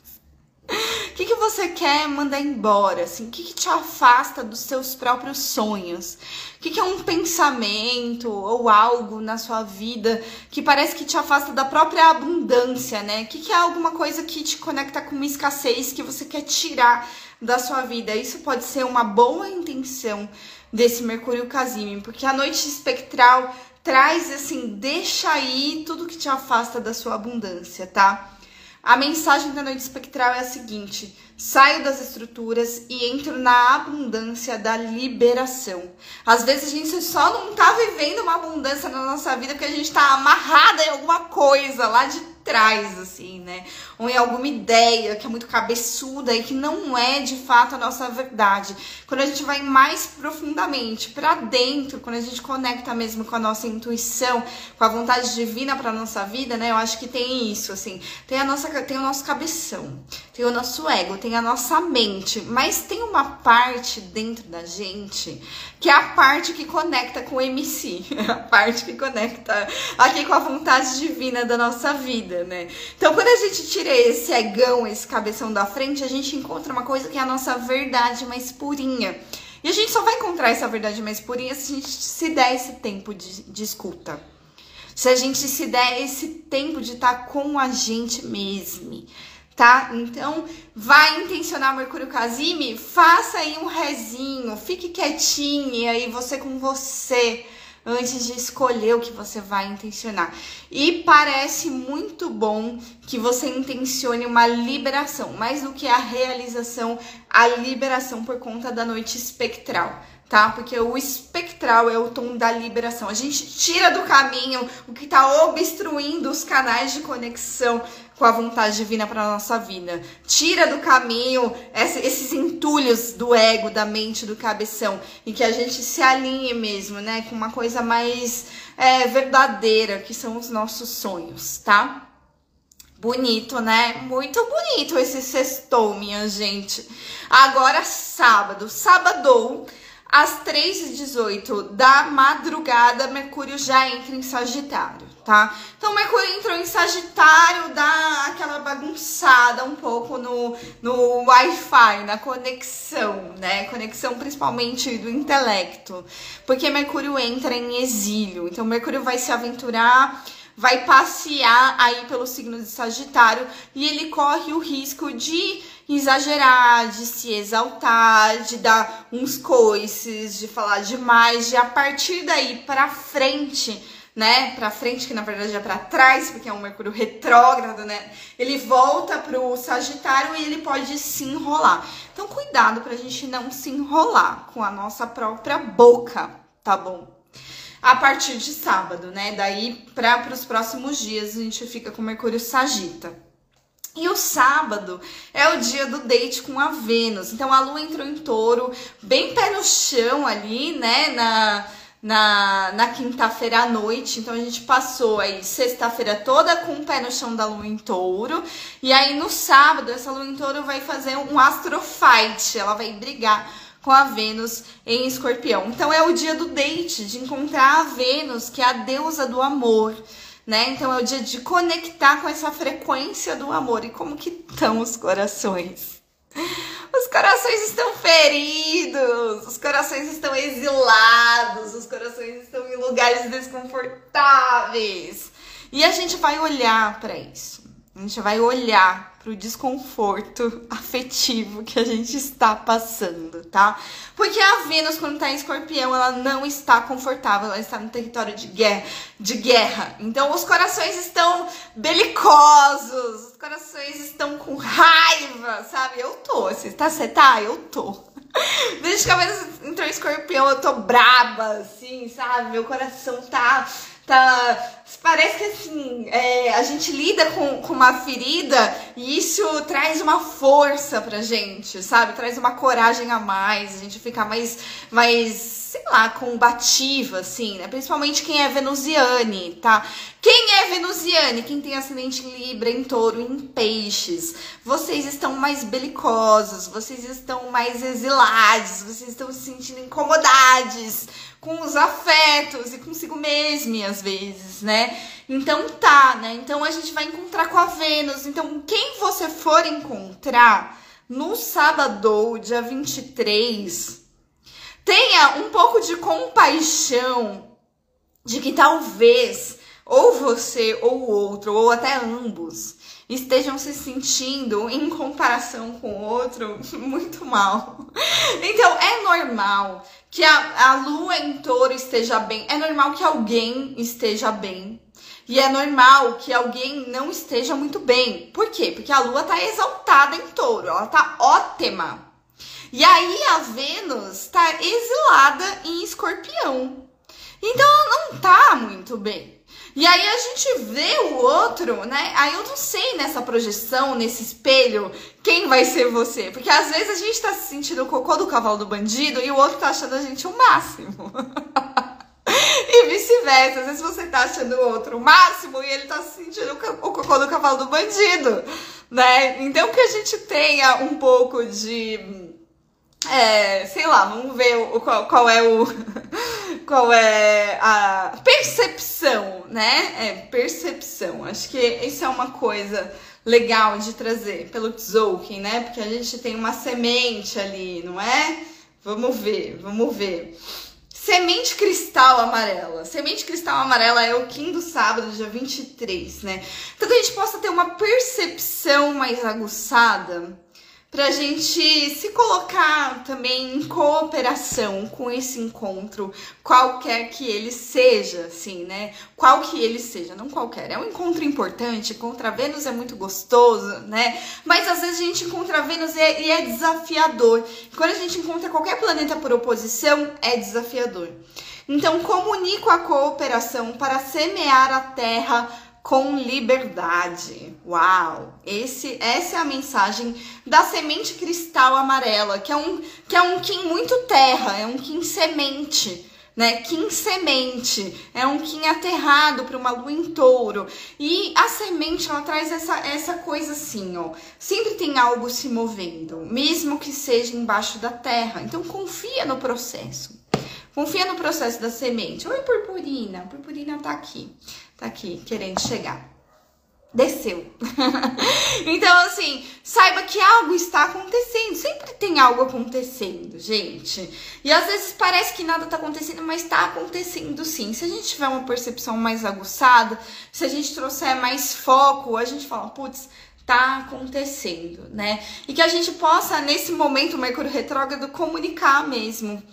C: O que, que você quer mandar embora? Assim, o que, que te afasta dos seus próprios sonhos? O que, que é um pensamento ou algo na sua vida que parece que te afasta da própria abundância, né? O que, que é alguma coisa que te conecta com uma escassez que você quer tirar da sua vida? Isso pode ser uma boa intenção desse Mercúrio Casime, porque a noite espectral traz assim, deixa aí tudo que te afasta da sua abundância, tá? A mensagem da noite espectral é a seguinte: saio das estruturas e entro na abundância da liberação. Às vezes a gente só não tá vivendo uma abundância na nossa vida porque a gente tá amarrada em alguma coisa lá de trás, assim, né? Ou em alguma ideia que é muito cabeçuda e que não é de fato a nossa verdade. Quando a gente vai mais profundamente pra dentro, quando a gente conecta mesmo com a nossa intuição, com a vontade divina pra nossa vida, né? Eu acho que tem isso, assim. Tem a nossa, tem o nosso cabeção, tem o nosso ego, tem a nossa mente, mas tem uma parte dentro da gente que é a parte que conecta com o M C, a parte que conecta aqui com a vontade divina da nossa vida, né? Então, quando a gente tira esse egão, esse cabeção da frente, a gente encontra uma coisa que é a nossa verdade mais purinha. E a gente só vai encontrar essa verdade mais purinha se a gente se der esse tempo de, de escuta. Se a gente se der esse tempo de estar com a gente mesmo, tá? Então, vai intencionar Mercúrio Casime, faça aí um rezinho, fique quietinha aí, você com você, antes de escolher o que você vai intencionar. E parece muito bom que você intencione uma liberação, mais do que a realização, a liberação por conta da noite espectral, tá? Porque o espectral é o tom da liberação. A gente tira do caminho o que tá obstruindo os canais de conexão com a vontade divina para nossa vida. Tira do caminho esses entulhos do ego, da mente, do cabeção, e que a gente se alinhe mesmo, né, com uma coisa mais é, verdadeira, que são os nossos sonhos, tá? Bonito, né? Muito bonito esse sextou, minha gente. Agora sábado, sábado, às três e dezoito da madrugada, Mercúrio já entra em Sagitário, tá? Então, Mercúrio entrou em Sagitário, dá aquela bagunçada um pouco no, no Wi-Fi, na conexão, né? Conexão principalmente do intelecto, porque Mercúrio entra em exílio. Então, Mercúrio vai se aventurar, vai passear aí pelo signo de Sagitário e ele corre o risco de exagerar, de se exaltar, de dar uns coices, de falar demais, de a partir daí pra frente né, pra frente, que na verdade é pra trás, porque é um Mercúrio retrógrado, né, ele volta pro Sagitário e ele pode se enrolar. Então, cuidado pra gente não se enrolar com a nossa própria boca, tá bom? A partir de sábado, né, daí para os próximos dias a gente fica com Mercúrio Sagita. E o sábado é o dia do date com a Vênus. Então, a Lua entrou em Touro, bem pé no chão ali, né, na... na, na quinta-feira à noite. Então a gente passou aí sexta-feira toda com o pé no chão da Lua em Touro, e aí no sábado essa Lua em Touro vai fazer um astrofight, ela vai brigar com a Vênus em Escorpião. Então é o dia do date, de encontrar a Vênus, que é a deusa do amor, né? Então é o dia de conectar com essa frequência do amor. E como que estão os corações? Os corações estão feridos, os corações estão exilados, os corações estão em lugares desconfortáveis. E a gente vai olhar para isso, a gente vai olhar para o desconforto afetivo que a gente está passando, tá? Porque a Vênus, quando tá em Escorpião, ela não está confortável, ela está no território de guerra, de guerra. Então os corações estão belicosos, os corações estão com raiva, sabe? Eu tô, você tá, você tá? Eu tô. Desde que a Vênus entrou em Escorpião, eu tô braba, assim, sabe? Meu coração tá... Tá, parece que assim, é, a gente lida com, com uma ferida e isso traz uma força pra gente, sabe? Traz uma coragem a mais, a gente fica mais, mais, sei lá, combativa, assim, né? Principalmente quem é venusiane, tá? Quem é venusiane? Quem tem ascendente em Libra, em Touro, em Peixes. Vocês estão mais belicosos, vocês estão mais exilados, vocês estão se sentindo incomodados com os afetos e consigo mesmo, às vezes, né? Então tá, né? Então a gente vai encontrar com a Vênus. Então quem você for encontrar no sábado, dia vinte e três, tenha um pouco de compaixão de que talvez ou você ou o outro, ou até ambos, estejam se sentindo, em comparação com o outro, muito mal. Então é normal que a, a Lua em Touro esteja bem, é normal que alguém esteja bem, e é normal que alguém não esteja muito bem. Por quê? Porque a Lua tá exaltada em Touro, ela tá ótima. E aí a Vênus tá exilada em Escorpião. Então ela não tá muito bem. E aí a gente vê o outro, né? Aí eu não sei nessa projeção, nesse espelho, quem vai ser você. Porque às vezes a gente tá se sentindo o cocô do cavalo do bandido e o outro tá achando a gente o máximo. E vice-versa. Às vezes você tá achando o outro o máximo e ele tá se sentindo o cocô do cavalo do bandido, né? Então que a gente tenha um pouco de... É, sei lá, vamos ver o, qual, qual é o... Qual é a percepção, né? É, percepção. Acho que isso é uma coisa legal de trazer pelo Tzolk'in, né? Porque a gente tem uma semente ali, não é? Vamos ver, vamos ver. Semente cristal amarela. Semente cristal amarela é o Kim do sábado, dia vinte e três, né? Então que a gente possa ter uma percepção mais aguçada pra gente se colocar também em cooperação com esse encontro, qualquer que ele seja, assim, né? Qual que ele seja, não qualquer. É um encontro importante, encontrar Vênus é muito gostoso, né? Mas às vezes a gente encontra Vênus e é, e é desafiador. Quando a gente encontra qualquer planeta por oposição, é desafiador. Então, comunico a cooperação para semear a Terra com liberdade. Uau! Esse, essa é a mensagem da semente cristal amarela, que é um, que é um Kim muito terra, é um Kim semente, né? Kim semente, é um Kim aterrado para uma lua em touro. E a semente, ela traz essa, essa coisa assim, ó. Sempre tem algo se movendo, mesmo que seja embaixo da terra. Então, confia no processo. Confia no processo da semente. Oi, purpurina. A purpurina tá aqui. Tá aqui, querendo chegar. Desceu. Então, assim, saiba que algo está acontecendo. Sempre tem algo acontecendo, gente. E às vezes parece que nada tá acontecendo, mas tá acontecendo sim. Se a gente tiver uma percepção mais aguçada, se a gente trouxer mais foco, a gente fala, putz, tá acontecendo, né? E que a gente possa, nesse momento, Mercúrio retrógrado, comunicar mesmo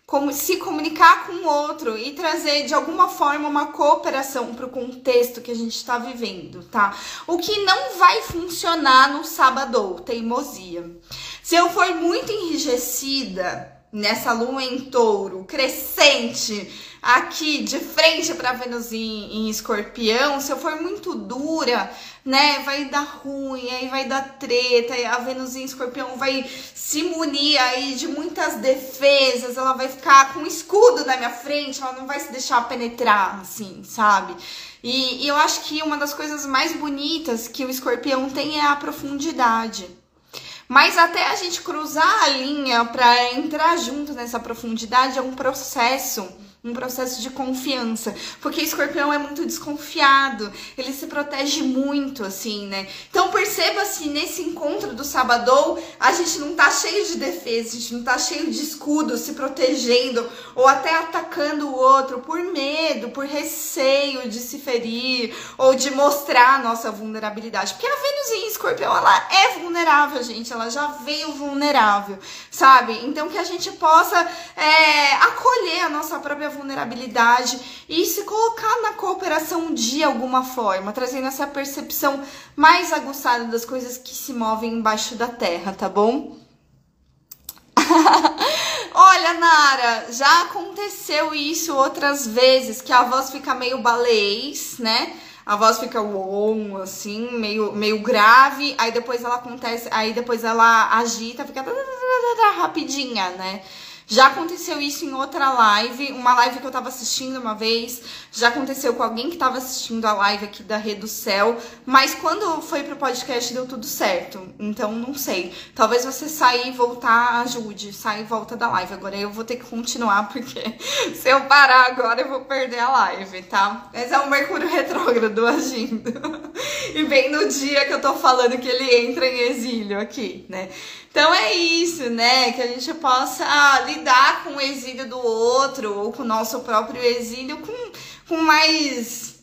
C: como se comunicar com o outro e trazer de alguma forma uma cooperação para o contexto que a gente está vivendo, tá? O que não vai funcionar no sábado, teimosia. Se eu for muito enrijecida nessa lua em touro, crescente, aqui de frente para Vênus em, em escorpião, se eu for muito dura, né, vai dar ruim, aí vai dar treta, e a Vênus em escorpião vai se munir aí de muitas defesas, ela vai ficar com um escudo na minha frente, ela não vai se deixar penetrar, assim, sabe? E, e eu acho que uma das coisas mais bonitas que o escorpião tem é a profundidade. Mas até a gente cruzar a linha para entrar junto nessa profundidade é um processo, um processo de confiança, porque o escorpião é muito desconfiado, ele se protege muito, assim, né? Então perceba se nesse encontro do sábado a gente não tá cheio de defesa, a gente não tá cheio de escudo, se protegendo ou até atacando o outro por medo, por receio de se ferir ou de mostrar a nossa vulnerabilidade, porque a Vênus em escorpião, ela é vulnerável, gente, ela já veio vulnerável, sabe? Então que a gente possa é, acolher a nossa própria vulnerabilidade e se colocar na cooperação de alguma forma, trazendo essa percepção mais aguçada das coisas que se movem embaixo da terra, tá bom? Olha, Nara, já aconteceu isso outras vezes, que a voz fica meio baleês, né? A voz fica uom, assim, meio, meio grave, aí depois ela acontece, aí depois ela agita, fica rapidinha, né? Já aconteceu isso em outra live, uma live que eu tava assistindo uma vez, já aconteceu com alguém que tava assistindo a live aqui da Rede do Céu, mas quando foi pro podcast deu tudo certo, então não sei. Talvez você sair e voltar, ajude, sair e volta da live. Agora eu vou ter que continuar, porque se eu parar agora eu vou perder a live, tá? Mas é o Mercúrio retrógrado agindo. E bem no dia que eu tô falando que ele entra em exílio aqui, né? Então é isso, né? Que a gente possa ah, lidar com o exílio do outro ou com o nosso próprio exílio com, com mais,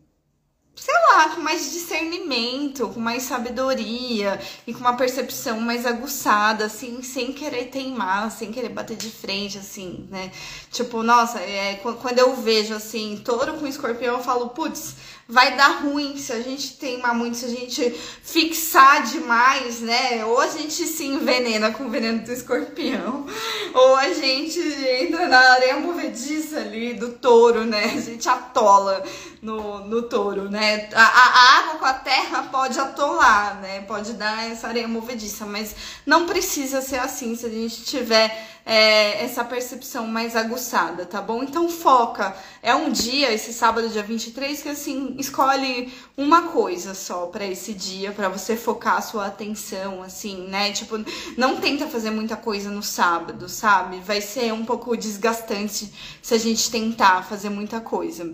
C: sei lá, com mais discernimento, com mais sabedoria e com uma percepção mais aguçada, assim, sem querer teimar, sem querer bater de frente, assim, né? Tipo, nossa, é, quando eu vejo, assim, touro com escorpião, eu falo, putz, vai dar ruim se a gente teimar muito, se a gente fixar demais, né? Ou a gente se envenena com o veneno do escorpião, ou a gente entra na areia movediça ali do touro, né? A gente atola no, no touro, né? A, a água com a terra pode atolar, né? Pode dar essa areia movediça, mas não precisa ser assim se a gente tiver É, essa percepção mais aguçada, tá bom? Então foca, é um dia, esse sábado, dia vinte e três, que assim, escolhe uma coisa só pra esse dia, pra você focar a sua atenção, assim, né? Tipo, não tenta fazer muita coisa no sábado, sabe? Vai ser um pouco desgastante se a gente tentar fazer muita coisa.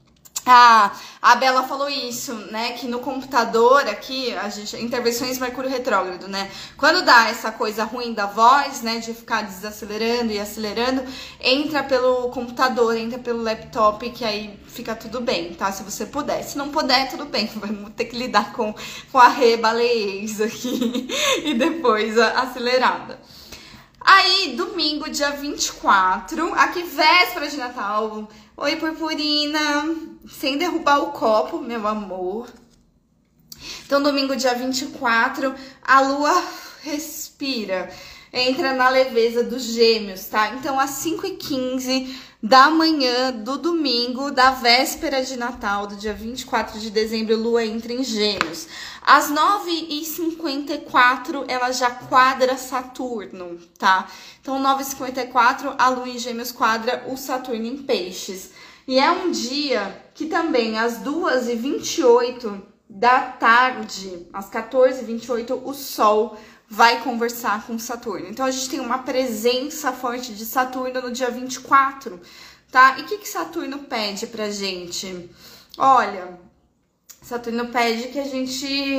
C: Ah, a Bela falou isso, né, que no computador aqui, a gente, intervenções Mercúrio retrógrado, né, quando dá essa coisa ruim da voz, né, de ficar desacelerando e acelerando, entra pelo computador, entra pelo laptop, que aí fica tudo bem, tá, se você puder. Se não puder, tudo bem, vamos ter que lidar com, com a rebaleez aqui e depois a acelerada. Aí, domingo, dia vinte e quatro, aqui véspera de Natal. Oi, purpurina, sem derrubar o copo, meu amor. Então, domingo, dia vinte e quatro, a lua respira, entra na leveza dos gêmeos, tá? Então, às cinco e quinze da manhã do domingo, da véspera de Natal, do dia vinte e quatro de dezembro, lua entra em gêmeos. Às nove e cinquenta e quatro, ela já quadra Saturno, tá? Então, nove e cinquenta e quatro, a lua em gêmeos quadra o Saturno em peixes. E é um dia que também, às duas e vinte e oito da tarde, às quatorze e vinte e oito, o Sol vai conversar com Saturno. Então, a gente tem uma presença forte de Saturno no dia vinte e quatro, tá? E o que que Saturno pede pra gente? Olha, Saturno pede que a gente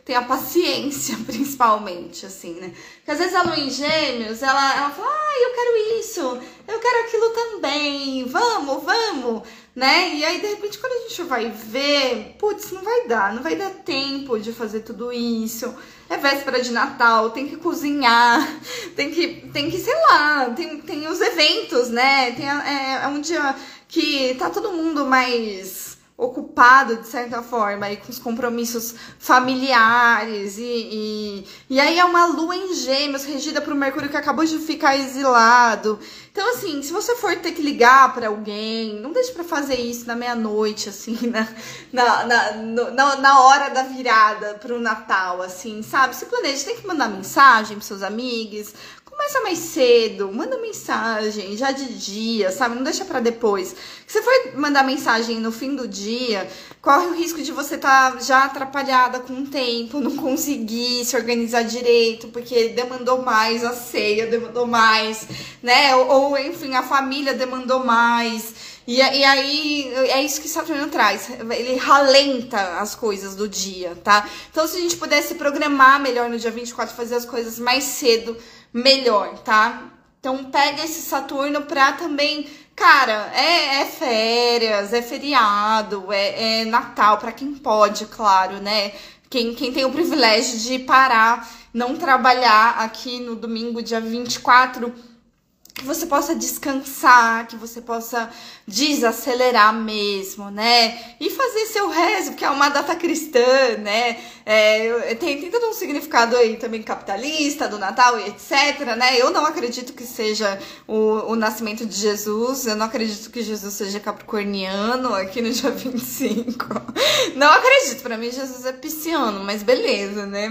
C: tenha paciência, principalmente, assim, né? Porque às vezes a lua em gêmeos, ela, ela fala, ah, eu quero isso, eu quero aquilo também, vamos, vamos, né? E aí, de repente, quando a gente vai ver, putz, não vai dar, não vai dar tempo de fazer tudo isso. É véspera de Natal, tem que cozinhar, tem que, tem que sei lá, tem, tem os eventos, né? Tem, é, é um dia que tá todo mundo mais ocupado, de certa forma, aí, com os compromissos familiares. E, e, e aí é uma lua em gêmeos, regida por Mercúrio que acabou de ficar exilado. Então, assim, se você for ter que ligar pra alguém, não deixe pra fazer isso na meia-noite, assim, na, na, na, no, na, na hora da virada pro Natal, assim, sabe? Se planeja, tem que mandar mensagem pros seus amigos. Começa mais cedo, manda mensagem já de dia, sabe? Não deixa pra depois. Se você for mandar mensagem no fim do dia, corre o risco de você estar já atrapalhada com o tempo, não conseguir se organizar direito, porque demandou mais a ceia, demandou mais, né? Ou, ou enfim, a família demandou mais. E, e aí, é isso que Saturno traz. Ele ralenta as coisas do dia, tá? Então, se a gente pudesse programar melhor no dia vinte e quatro, fazer as coisas mais cedo, melhor, tá? Então pega esse Saturno pra também, cara, é, é férias, é feriado, é, é Natal, pra quem pode, claro, né? Quem, quem tem o privilégio de parar, não trabalhar aqui no domingo, dia vinte e quatro, que você possa descansar, que você possa desacelerar mesmo, né? E fazer seu rezo, porque é uma data cristã, né? É, tem, tem todo um significado aí também capitalista, do Natal e etcétera, né? Eu não acredito que seja o, o nascimento de Jesus, eu não acredito que Jesus seja capricorniano aqui no dia vinte e cinco. Não acredito, pra mim Jesus é pisciano, mas beleza, né?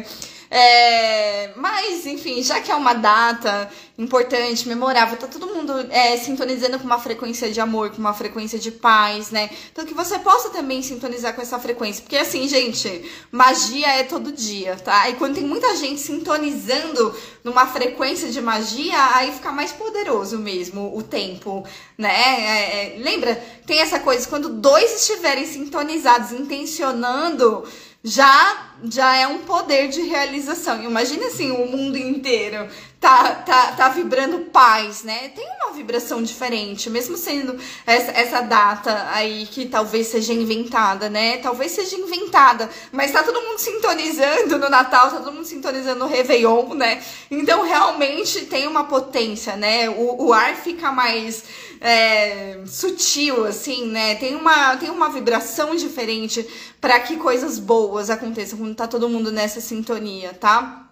C: É, mas, enfim, já que é uma data importante, memorável, tá todo mundo é, sintonizando com uma frequência de amor, com uma frequência de paz, né? Então que você possa também sintonizar com essa frequência, porque assim, gente, magia é todo dia, tá? E quando tem muita gente sintonizando numa frequência de magia, aí fica mais poderoso mesmo o tempo, né? É, é, lembra? Tem essa coisa, quando dois estiverem sintonizados, intencionando, já já é um poder de realização. Imagina assim, o mundo inteiro tá, tá, tá vibrando paz, né? Tem uma vibração diferente, mesmo sendo essa, essa data aí que talvez seja inventada, né? Talvez seja inventada, mas tá todo mundo sintonizando no Natal, tá todo mundo sintonizando no Réveillon, né? Então realmente tem uma potência, né? O, o ar fica mais é, sutil, assim, né? Tem uma, tem uma vibração diferente para que coisas boas aconteçam quando tá todo mundo nessa sintonia, tá?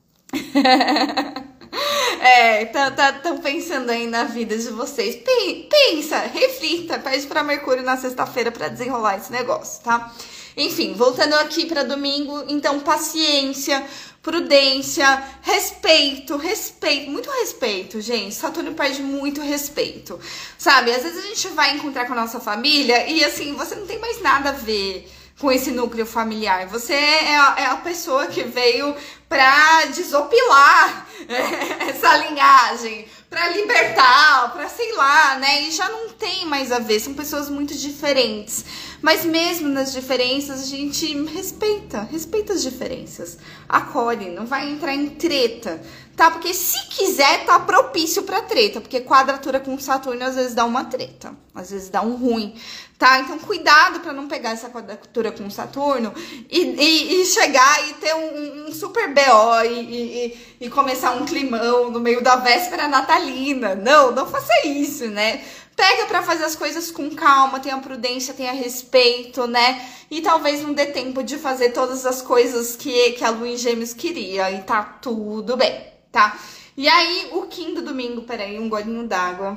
C: É, tá, tá, tão pensando aí na vida de vocês. Pensa, reflita, pede pra Mercúrio na sexta-feira pra desenrolar esse negócio, tá? Enfim, voltando aqui pra domingo, então paciência, prudência, respeito, respeito, muito respeito, gente. Saturno perde muito respeito, sabe? Às vezes a gente vai encontrar com a nossa família e assim, você não tem mais nada a ver com esse núcleo familiar. Você é a, é a pessoa que veio pra desopilar essa linhagem, pra libertar, pra sei lá, né? E já não tem mais a ver, são pessoas muito diferentes. Mas mesmo nas diferenças, a gente respeita, respeita as diferenças. Acolhe, não vai entrar em treta, tá? Porque se quiser, tá propício pra treta, porque quadratura com Saturno às vezes dá uma treta, às vezes dá um ruim, tá? Então cuidado pra não pegar essa quadratura com Saturno e, e, e chegar e ter um, um super B O e, e, e começar um climão no meio da véspera natalina. Não, não faça isso, né? Pega pra fazer as coisas com calma, tenha prudência, tenha respeito, né? E talvez não dê tempo de fazer todas as coisas que, que a Lua em Gêmeos queria. E tá tudo bem, tá? E aí, o Kim do domingo, peraí, um golinho d'água.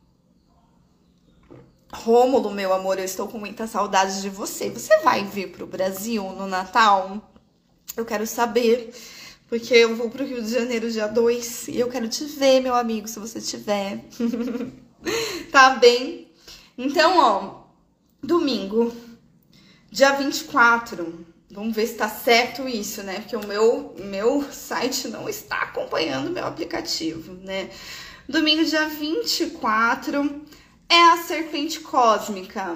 C: Rômulo, meu amor, eu estou com muita saudade de você. Você vai vir pro Brasil no Natal? Eu quero saber, porque eu vou pro Rio de Janeiro dia dois e eu quero te ver, meu amigo, se você tiver. Tá bem? Então, ó, domingo, dia vinte e quatro, vamos ver se tá certo isso, né? Porque o meu, meu site não está acompanhando o meu aplicativo, né? Domingo, dia vinte e quatro, é a serpente cósmica.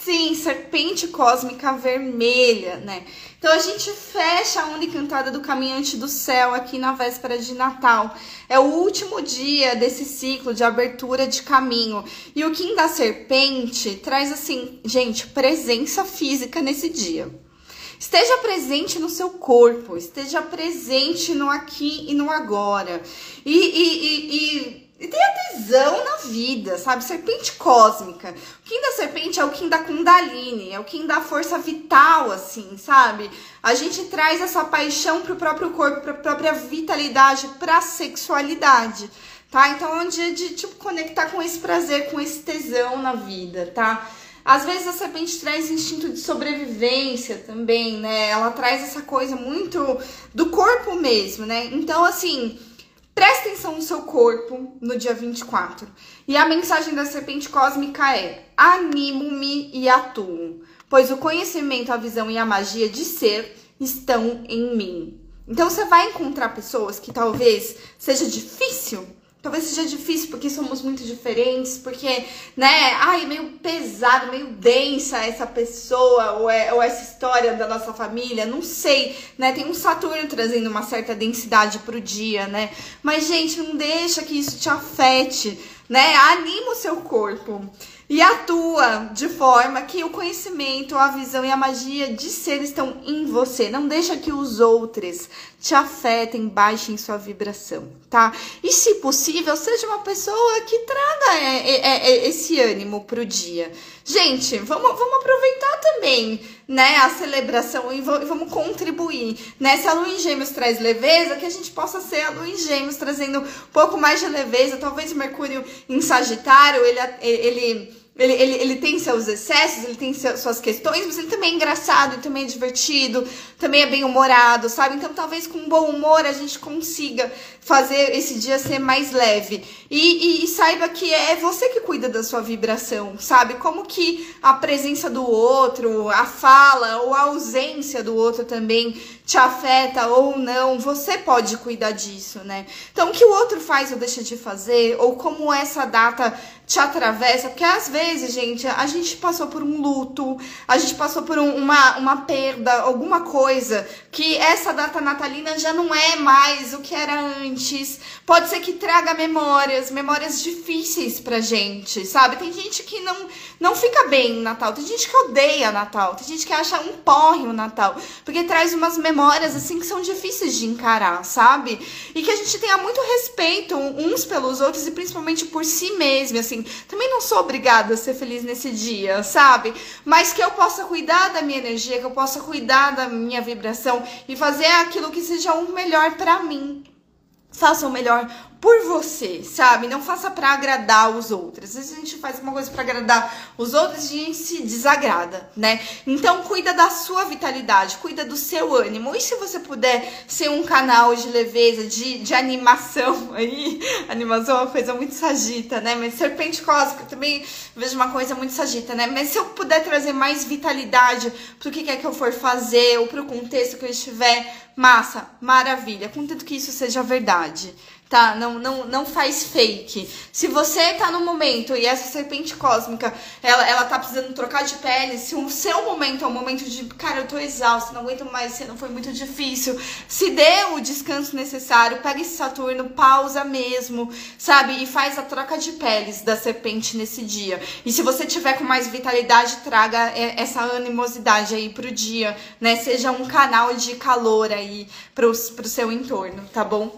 C: sim, serpente cósmica vermelha, né? Então a gente fecha a onda encantada do caminhante do céu aqui na véspera de Natal. É o último dia desse ciclo de abertura de caminho. E o Kim da serpente traz assim, gente, presença física nesse dia. Esteja presente no seu corpo, esteja presente no aqui e no agora. E, e, e, e, e tenha tesão na vida, sabe? Serpente cósmica. O Kim da serpente é o Kim da Kundalini, é o Kim da força vital, assim, sabe? A gente traz essa paixão pro próprio corpo, pra própria vitalidade, pra sexualidade, tá? Então é um dia de, tipo, conectar com esse prazer, com esse tesão na vida, tá? Às vezes a serpente traz instinto de sobrevivência também, né? Ela traz essa coisa muito do corpo mesmo, né? Então, assim, presta atenção no seu corpo no dia vinte e quatro. E a mensagem da serpente cósmica é: animo-me e atuo, pois o conhecimento, a visão e a magia de ser estão em mim. Então você vai encontrar pessoas que talvez seja difícil. Talvez seja difícil porque somos muito diferentes, porque, né, ai, meio pesado, meio densa essa pessoa, ou, é, ou essa história da nossa família, não sei, né, tem um Saturno trazendo uma certa densidade pro dia, né, mas, gente, não deixa que isso te afete, né, anima o seu corpo e atua de forma que o conhecimento, a visão e a magia de ser estão em você. Não deixa que os outros te afetem, baixem sua vibração, tá? E se possível, seja uma pessoa que traga é, é, é, esse ânimo pro dia. Gente, vamos, vamos aproveitar também, né, a celebração e vamos contribuir, né? Se a Lua em Gêmeos traz leveza, que a gente possa ser a Lua em Gêmeos trazendo um pouco mais de leveza. Talvez o Mercúrio em Sagitário, ele... ele Ele, ele, ele tem seus excessos, ele tem seu, suas questões, mas ele também é engraçado, ele também é divertido, também é bem-humorado, sabe? Então, talvez com bom humor a gente consiga fazer esse dia ser mais leve. E, e, e saiba que é você que cuida da sua vibração, sabe? Como que a presença do outro, a fala ou a ausência do outro também te afeta ou não, você pode cuidar disso, né? Então, o que o outro faz ou deixa de fazer, ou como essa data te atravessa, porque às vezes, gente, a gente passou por um luto, a gente passou por um, uma, uma perda, alguma coisa, que essa data natalina já não é mais o que era antes. Pode ser que traga memórias, memórias difíceis pra gente, sabe? Tem gente que não, não fica bem no Natal, tem gente que odeia Natal, tem gente que acha um porre o Natal, porque traz umas memórias, assim, que são difíceis de encarar, sabe? E que a gente tenha muito respeito uns pelos outros e principalmente por si mesmo, assim. Também não sou obrigada a ser feliz nesse dia, sabe? Mas que eu possa cuidar da minha energia, que eu possa cuidar da minha vibração e fazer aquilo que seja o melhor pra mim. Faça o melhor por você, sabe? Não faça pra agradar os outros. Às vezes a gente faz uma coisa pra agradar os outros e a gente se desagrada, né? Então cuida da sua vitalidade, cuida do seu ânimo. E se você puder ser um canal de leveza, de, de animação aí, animação é uma coisa muito sagita, né? Mas serpente cósmica também vejo uma coisa muito sagita, né? Mas se eu puder trazer mais vitalidade pro que quer que eu for fazer ou pro contexto que eu estiver, massa, maravilha, contanto que isso seja verdade, tá? Não, não, não faz fake. Se você tá no momento e essa serpente cósmica, ela, ela tá precisando trocar de pele, se o seu momento é um momento de, cara, eu tô exausto, não aguento mais, se não foi muito difícil, se dê o descanso necessário, pega esse Saturno, pausa mesmo, sabe? E faz a troca de peles da serpente nesse dia. E se você tiver com mais vitalidade, traga essa animosidade aí pro dia, né? Seja um canal de calor aí pro, pro seu entorno, tá bom?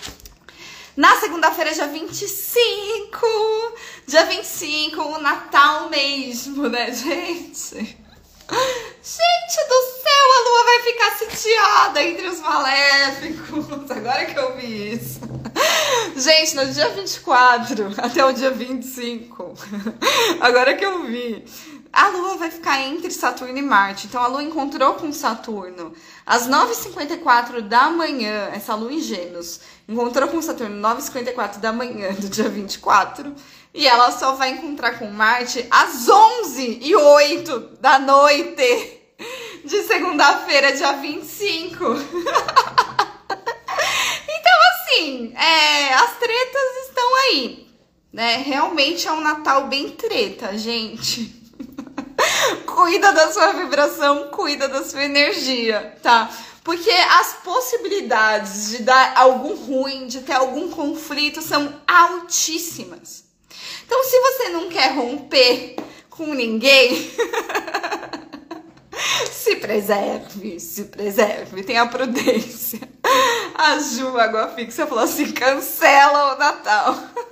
C: Na segunda-feira, dia vinte e cinco, dia vinte e cinco, o Natal mesmo, né, gente? Gente do céu, a Lua vai ficar sitiada entre os maléficos. Agora que eu vi isso. Gente, no dia vinte e quatro até o dia vinte e cinco, agora que eu vi, a Lua vai ficar entre Saturno e Marte. Então, a Lua encontrou com Saturno às nove e cinquenta e quatro da manhã, essa Lua em Gêmeos, encontrou com Saturno às nove e cinquenta e quatro da manhã do dia vinte e quatro, e ela só vai encontrar com Marte às onze e oito da noite de segunda-feira, dia vinte e cinco. Então, assim, é, as tretas estão aí, né? Realmente é um Natal bem treta, gente. Cuida da sua vibração, cuida da sua energia, tá? Porque as possibilidades de dar algum ruim, de ter algum conflito são altíssimas. Então, se você não quer romper com ninguém, se preserve, se preserve, tenha prudência. A Ju, Água Fixa, falou assim, cancela o Natal.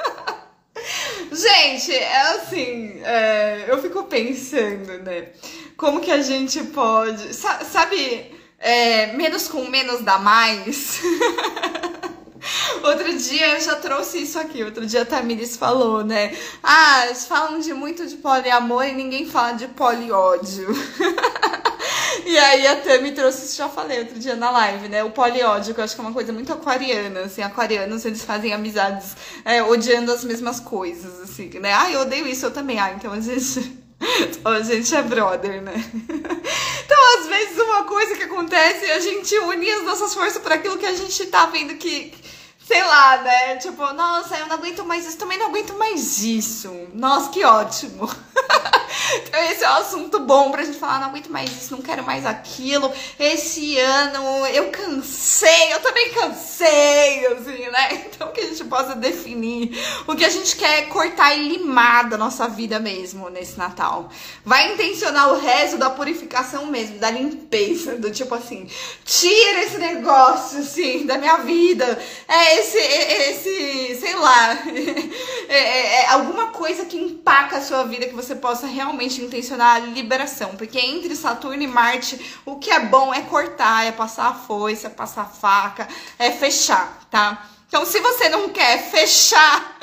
C: Gente, é assim, é, eu fico pensando, né, como que a gente pode, sabe, é, menos com menos dá mais? Outro dia eu já trouxe isso aqui, outro dia a Tamires falou, né, ah, eles falam de muito de poliamor e ninguém fala de poliódio. E aí a Tami trouxe isso, já falei outro dia na live, né? O poliódio, que eu acho que é uma coisa muito aquariana, assim. Aquarianos, eles fazem amizades é, odiando as mesmas coisas, assim, né? Ah, eu odeio isso, eu também. Ah, então a gente... a gente é brother, né? Então, às vezes, uma coisa que acontece é a gente unir as nossas forças para aquilo que a gente tá vendo que... Sei lá, né? Tipo, nossa, eu não aguento mais isso, também não aguento mais isso. Nossa, que ótimo. Então esse é um assunto bom pra gente falar, não aguento mais isso, não quero mais aquilo. Esse ano eu cansei, eu também cansei, assim, né? Então que a gente possa definir o que a gente quer cortar e limar da nossa vida mesmo nesse Natal. Vai intencionar o resto da purificação mesmo, da limpeza, do tipo assim, tira esse negócio, assim, da minha vida. É esse, esse, sei lá, é, é, é alguma coisa que empaca a sua vida que você possa realmente intencionar a liberação, porque entre Saturno e Marte, o que é bom é cortar, é passar a foice, é passar a faca, é fechar, tá? Então, se você não quer fechar,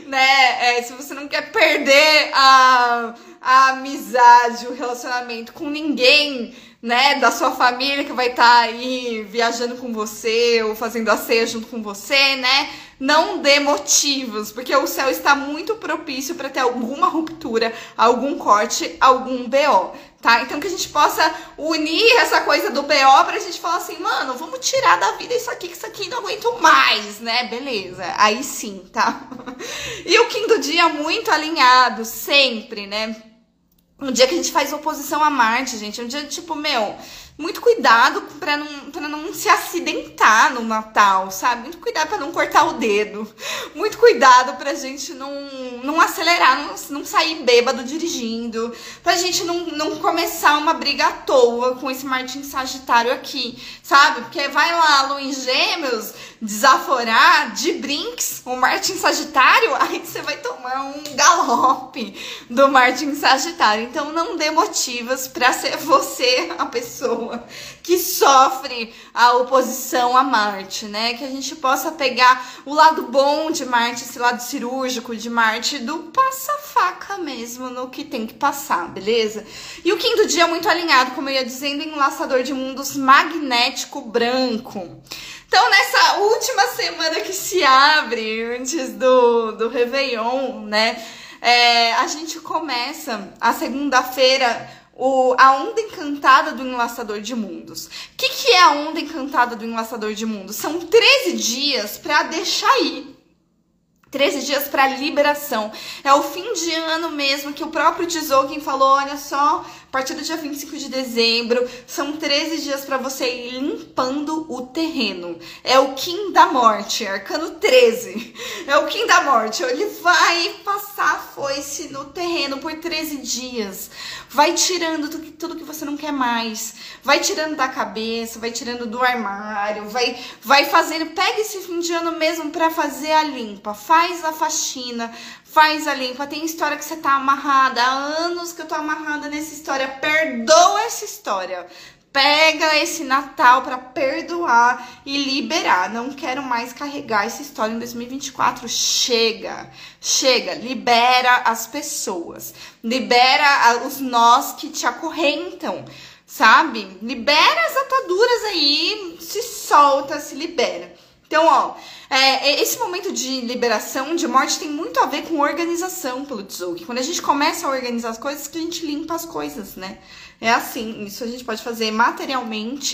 C: né, é, se você não quer perder a, a amizade, o relacionamento com ninguém, né, da sua família que vai estar aí viajando com você ou fazendo a ceia junto com você, né, não dê motivos, porque o céu está muito propício para ter alguma ruptura, algum corte, algum B O, tá? Então que a gente possa unir essa coisa do B O pra gente falar assim, mano, vamos tirar da vida isso aqui, que isso aqui não aguento mais, né? Beleza, aí sim, tá? E o Kim do dia muito alinhado, sempre, né? Um dia que a gente faz oposição a Marte, gente, é um dia tipo, meu, muito cuidado pra não, pra não se acidentar no Natal, sabe? Muito cuidado pra não cortar o dedo. Muito cuidado pra gente não, não acelerar, não, não sair bêbado dirigindo. Pra gente não, não começar uma briga à toa com esse Marte em Sagitário aqui, sabe? Porque vai lá, Lua em Gêmeos, desaforar de brinks o Marte em Sagitário, aí você vai tomar um galope do Marte em Sagitário. Então não dê motivos pra ser você a pessoa que sofre a oposição a Marte, né? Que a gente possa pegar o lado bom de Marte, esse lado cirúrgico de Marte, do passa-faca mesmo no que tem que passar, beleza? E o Kim do dia muito alinhado, como eu ia dizendo, em Laçador de Mundos magnético branco. Então, nessa última semana que se abre, antes do, do Réveillon, né? É, a gente começa a segunda-feira O, a onda encantada do Enlaçador de Mundos. O que, que é a onda encantada do Enlaçador de Mundos? São treze dias para deixar ir. treze dias para liberação. É o fim de ano mesmo, que o próprio Tzolk'in falou, olha só, a partir do dia vinte e cinco de dezembro, são treze dias para você ir limpando o terreno. É o Kim da Morte, arcano treze. É o Kim da Morte. Ele vai passar a foice no terreno por treze dias. Vai tirando tudo, tudo que você não quer mais. Vai tirando da cabeça, vai tirando do armário, vai, vai fazendo... Pega esse fim de ano mesmo para fazer a limpa. Faz a faxina, faz a limpa. Tem história que você tá amarrada. Há anos que eu tô amarrada nessa história. Perdoa essa história. Pega esse Natal para perdoar e liberar. Não quero mais carregar essa história em dois mil e vinte e quatro. Chega, chega. Libera as pessoas. Libera os nós que te acorrentam, sabe? Libera as ataduras aí. Se solta, se libera. Então, ó, é, esse momento de liberação, de morte, tem muito a ver com organização pelo Tzolk'in. Quando a gente começa a organizar as coisas, que a gente limpa as coisas, né? É assim, isso a gente pode fazer materialmente,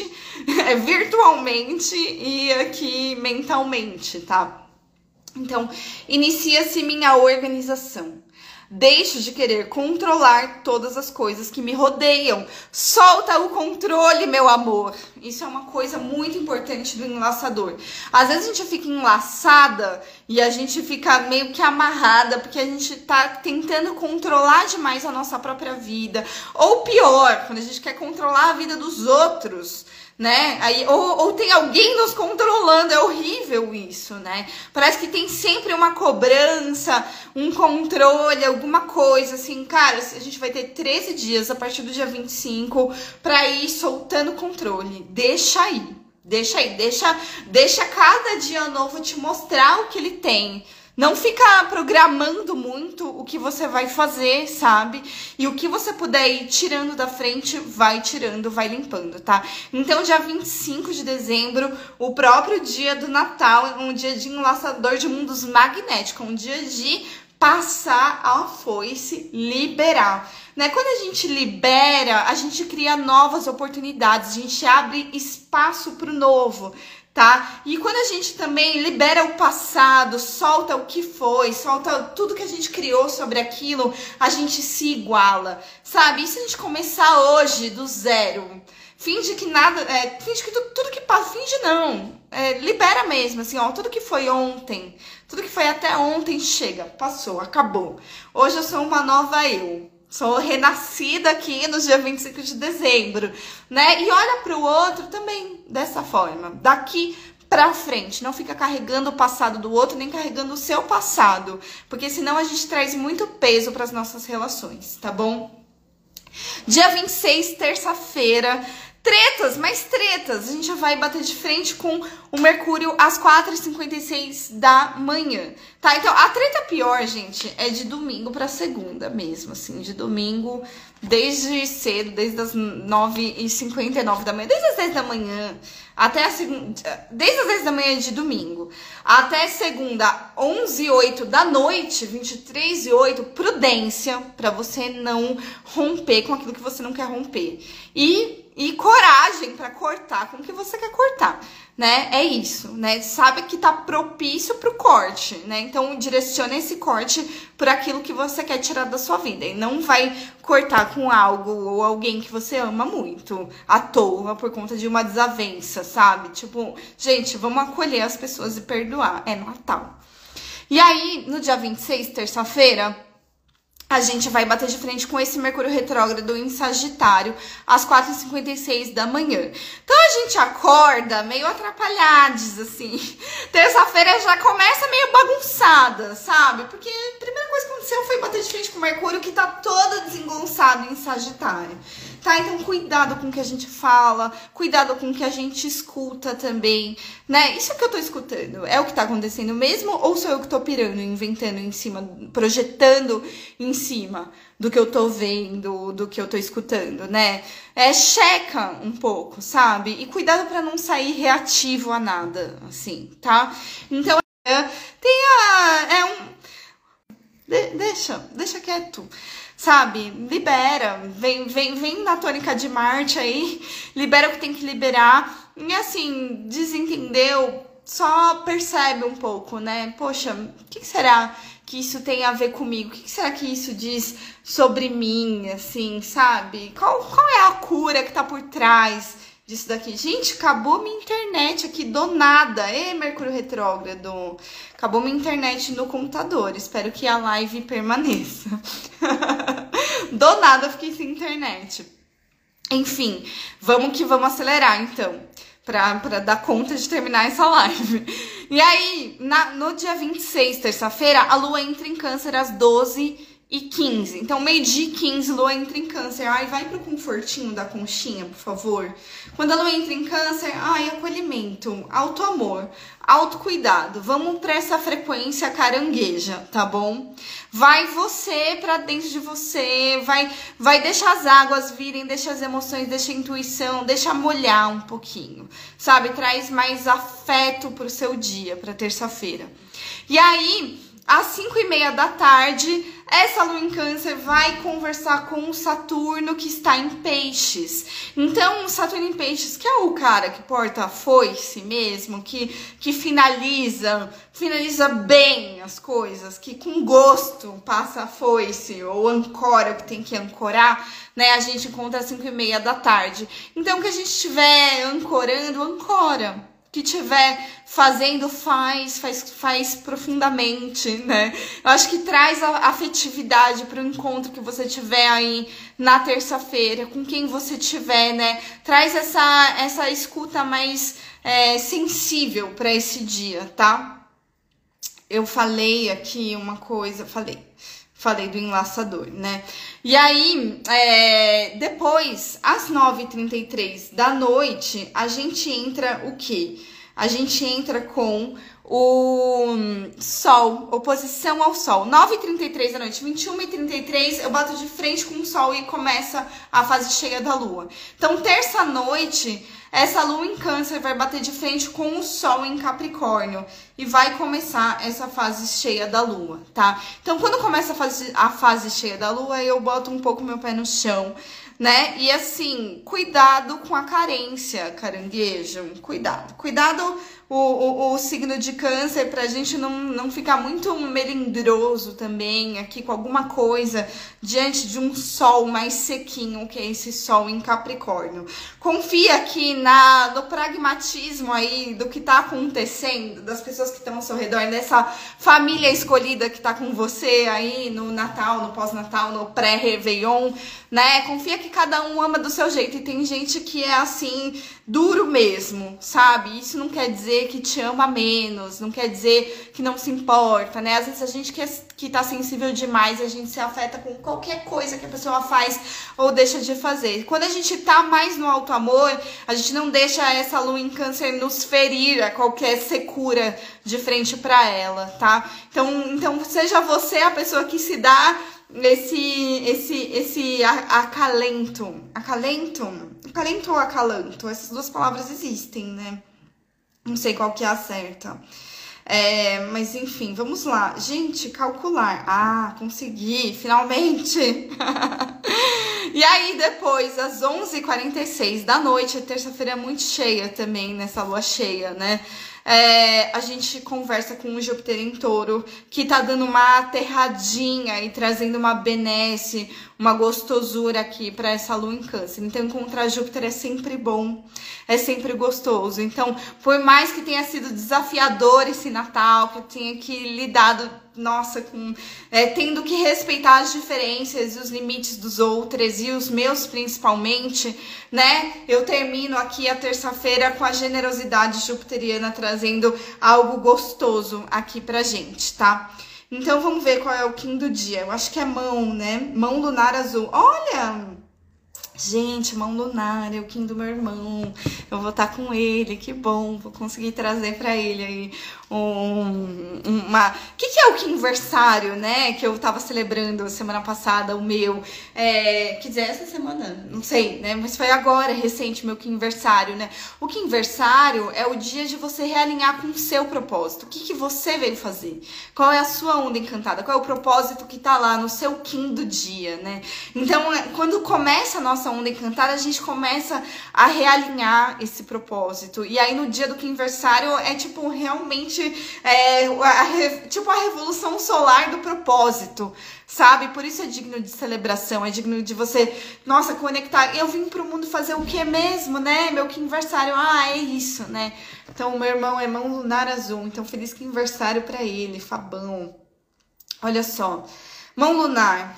C: virtualmente e aqui mentalmente, tá? Então, inicia-se minha organização. Deixo de querer controlar todas as coisas que me rodeiam. Solta o controle, meu amor. Isso é uma coisa muito importante do enlaçador. Às vezes a gente fica enlaçada e a gente fica meio que amarrada porque a gente tá tentando controlar demais a nossa própria vida. Ou pior, quando a gente quer controlar a vida dos outros, né? Aí, ou, ou tem alguém nos controlando, é horrível isso, né? Parece que tem sempre uma cobrança, um controle, alguma coisa assim. Cara, a gente vai ter treze dias a partir do dia vinte e cinco pra ir soltando o controle. Deixa aí, deixa aí, deixa, deixa cada dia novo te mostrar o que ele tem. Não fica programando muito o que você vai fazer, sabe? E o que você puder ir tirando da frente, vai tirando, vai limpando, tá? Então, dia vinte e cinco de dezembro, o próprio dia do Natal, é um dia de enlaçador de mundos magnéticos, um dia de passar a foice, liberar. Né? Quando a gente libera, a gente cria novas oportunidades, a gente abre espaço para o novo. Tá? E quando a gente também libera o passado, solta o que foi, solta tudo que a gente criou sobre aquilo, a gente se iguala, sabe? E se a gente começar hoje do zero, finge que nada, é, finge que tudo, tudo que passa, finge não, é, libera mesmo, assim, ó, tudo que foi ontem, tudo que foi até ontem chega, passou, acabou. Hoje eu sou uma nova eu. Sou renascida aqui no dia vinte e cinco de dezembro, né? E olha para o outro também dessa forma, daqui pra frente. Não fica carregando o passado do outro, nem carregando o seu passado, porque senão a gente traz muito peso para as nossas relações, tá bom? Dia vinte e seis, terça-feira. Tretas, mais tretas. A gente vai bater de frente com o Mercúrio às quatro e cinquenta e seis da manhã, tá? Então, a treta pior, gente, é de domingo pra segunda mesmo, assim. De domingo, desde cedo, desde as nove e cinquenta e nove da manhã, desde as dez da manhã, até a segunda, desde as dez da manhã de domingo, até segunda, onze e oito da noite, vinte e três e oito, prudência, pra você não romper com aquilo que você não quer romper. E... E coragem para cortar com o que você quer cortar, né? É isso, né? Sabe que tá propício pro corte, né? Então, direciona esse corte por aquilo que você quer tirar da sua vida. E não vai cortar com algo ou alguém que você ama muito, à toa, por conta de uma desavença, sabe? Tipo, gente, vamos acolher as pessoas e perdoar. É Natal. E aí, no dia vinte e seis, terça-feira, a gente vai bater de frente com esse Mercúrio retrógrado em Sagitário às quatro e cinquenta e seis da manhã. Então a gente acorda meio atrapalhados, assim. Terça-feira já começa meio bagunçada, sabe? Porque a primeira coisa que aconteceu foi bater de frente com o Mercúrio, que tá todo desengonçado em Sagitário. Tá? Então cuidado com o que a gente fala, cuidado com o que a gente escuta também, né? Isso é o que eu tô escutando, é o que tá acontecendo mesmo? Ou sou eu que tô pirando, inventando em cima, projetando em cima do que eu tô vendo, do que eu tô escutando, né? É, checa um pouco, sabe? E cuidado pra não sair reativo a nada, assim, tá? Então, é, tem a... É um... De, deixa, deixa quieto. Sabe, libera, vem, vem, vem na tônica de Marte aí, libera o que tem que liberar, e assim, desentendeu, só percebe um pouco, né? Poxa, o que será que isso tem a ver comigo? O que será que isso diz sobre mim, assim, sabe? Qual, qual é a cura que tá por trás disso daqui? Gente, acabou minha internet aqui do nada. Ê, Mercúrio retrógrado. Acabou minha internet no computador. Espero que a live permaneça. Do nada eu fiquei sem internet. Enfim, vamos que vamos acelerar então. Pra, pra dar conta de terminar essa live. E aí, na, no dia vinte e seis, terça-feira, a Lua entra em Câncer às doze e quinze. Então, meio-dia e quinze, Lua entra em Câncer. Ai, vai pro confortinho da conchinha, por favor. Quando a Lua entra em Câncer, ai, acolhimento, auto-amor, autocuidado. Vamos pra essa frequência carangueja, tá bom? Vai você pra dentro de você, vai, vai deixar as águas virem, deixa as emoções, deixa a intuição, deixa molhar um pouquinho, sabe? Traz mais afeto pro seu dia, pra terça-feira. E aí, às cinco e meia da tarde, essa lua em Câncer vai conversar com o Saturno que está em Peixes. Então, o Saturno em Peixes, que é o cara que porta a foice mesmo, que, que finaliza, finaliza bem as coisas, que com gosto passa a foice ou ancora o que tem que ancorar, né? A gente encontra às cinco e meia da tarde. Então, o que a gente estiver ancorando, ancora. Que tiver fazendo, faz, faz, faz profundamente, né? Eu acho que traz a afetividade para o encontro que você tiver aí na terça-feira, com quem você tiver, né? Traz essa, essa escuta mais é, sensível para esse dia, tá? Eu falei aqui uma coisa, falei, falei do enlaçador, né? E aí, é, depois, às nove e trinta e três da noite, a gente entra o quê? A gente entra com o Sol, oposição ao Sol. nove e trinta e três da noite, vinte e uma e trinta e três, eu bato de frente com o Sol e começa a fase cheia da Lua. Então, terça-noite, essa Lua em Câncer vai bater de frente com o Sol em Capricórnio e vai começar essa fase cheia da Lua, tá? Então, quando começa a fase, a fase cheia da Lua, eu boto um pouco meu pé no chão, né? E assim, cuidado com a carência, caranguejo. Cuidado. Cuidado o, o, o signo de Câncer pra gente não, não ficar muito melindroso também aqui com alguma coisa diante de um sol mais sequinho, que é esse sol em Capricórnio. Confia aqui na, no pragmatismo aí do que tá acontecendo, das pessoas que estão ao seu redor, dessa família escolhida que tá com você aí no Natal, no pós-Natal, no pré-Réveillon, né? Confia que cada um ama do seu jeito e tem gente que é assim, duro mesmo, sabe? Isso não quer dizer que te ama menos, não quer dizer que não se importa, né? Às vezes a gente que, é, que tá sensível demais, a gente se afeta com qualquer coisa que a pessoa faz ou deixa de fazer. Quando a gente tá mais no alto amor, a gente não deixa essa lua em Câncer nos ferir a qualquer secura de frente pra ela, tá? Então, então seja você a pessoa que se dá esse esse esse acalento, acalento, acalento ou acalanto, essas duas palavras existem, né? Não sei qual que é a certa. É, mas enfim, vamos lá. Gente, calcular. Ah, consegui, finalmente. E aí depois, às onze e quarenta e seis da noite, a terça-feira é muito cheia também, nessa lua cheia, né? É, a gente conversa com o Júpiter em Touro, que tá dando uma aterradinha e trazendo uma benesse, uma gostosura aqui para essa lua em Câncer. Então, encontrar Júpiter é sempre bom, é sempre gostoso. Então, por mais que tenha sido desafiador esse Natal, que eu tenha que lidado, nossa, com, é, tendo que respeitar as diferenças e os limites dos outros e os meus principalmente, né? Eu termino aqui a terça-feira com a generosidade jupiteriana trazendo algo gostoso aqui pra gente, tá? Então vamos ver qual é o Kim do dia. Eu acho que é mão, né? Mão lunar azul. Olha! Gente, mão lunar, é o Kim do meu irmão. Eu vou estar com ele, que bom. Vou conseguir trazer pra ele aí um, uma... O que, que é o Kimversário, né? Que eu tava celebrando semana passada, o meu. É... Quer dizer, essa semana, não sei, né? Mas foi agora, recente, meu Kimversário, né? O Kimversário é o dia de você realinhar com o seu propósito. O que, que você veio fazer? Qual é a sua onda encantada? Qual é o propósito que tá lá no seu Kim do dia, né? Então, quando começa a nossa onda encantada, a gente começa a realinhar esse propósito. E aí no dia do Kimversário é tipo realmente é, a, tipo a revolução solar do propósito, sabe? Por isso é digno de celebração, é digno de você, nossa, conectar. Eu vim pro mundo fazer o que mesmo, né? Meu Kimversário, ah, é isso, né? Então, meu irmão é mão lunar azul, então feliz Kimversário pra ele, Fabão. Olha só, mão lunar.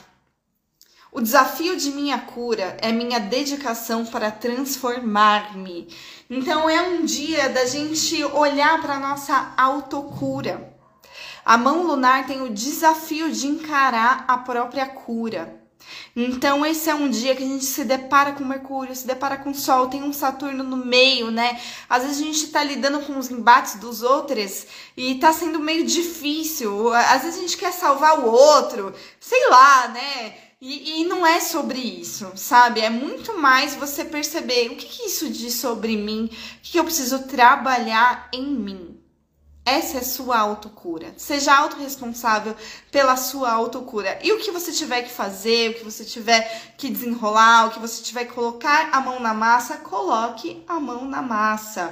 C: O desafio de minha cura é minha dedicação para transformar-me. Então é um dia da gente olhar para a nossa autocura. A mão lunar tem o desafio de encarar a própria cura. Então esse é um dia que a gente se depara com Mercúrio, se depara com o Sol, tem um Saturno no meio, né? Às vezes a gente tá lidando com os embates dos outros e tá sendo meio difícil. Às vezes a gente quer salvar o outro, sei lá, né? E, e não é sobre isso, sabe? É muito mais você perceber o que, que isso diz sobre mim, o que, que eu preciso trabalhar em mim. Essa é sua autocura. Seja autorresponsável pela sua autocura. E o que você tiver que fazer, o que você tiver que desenrolar, o que você tiver que colocar a mão na massa, coloque a mão na massa.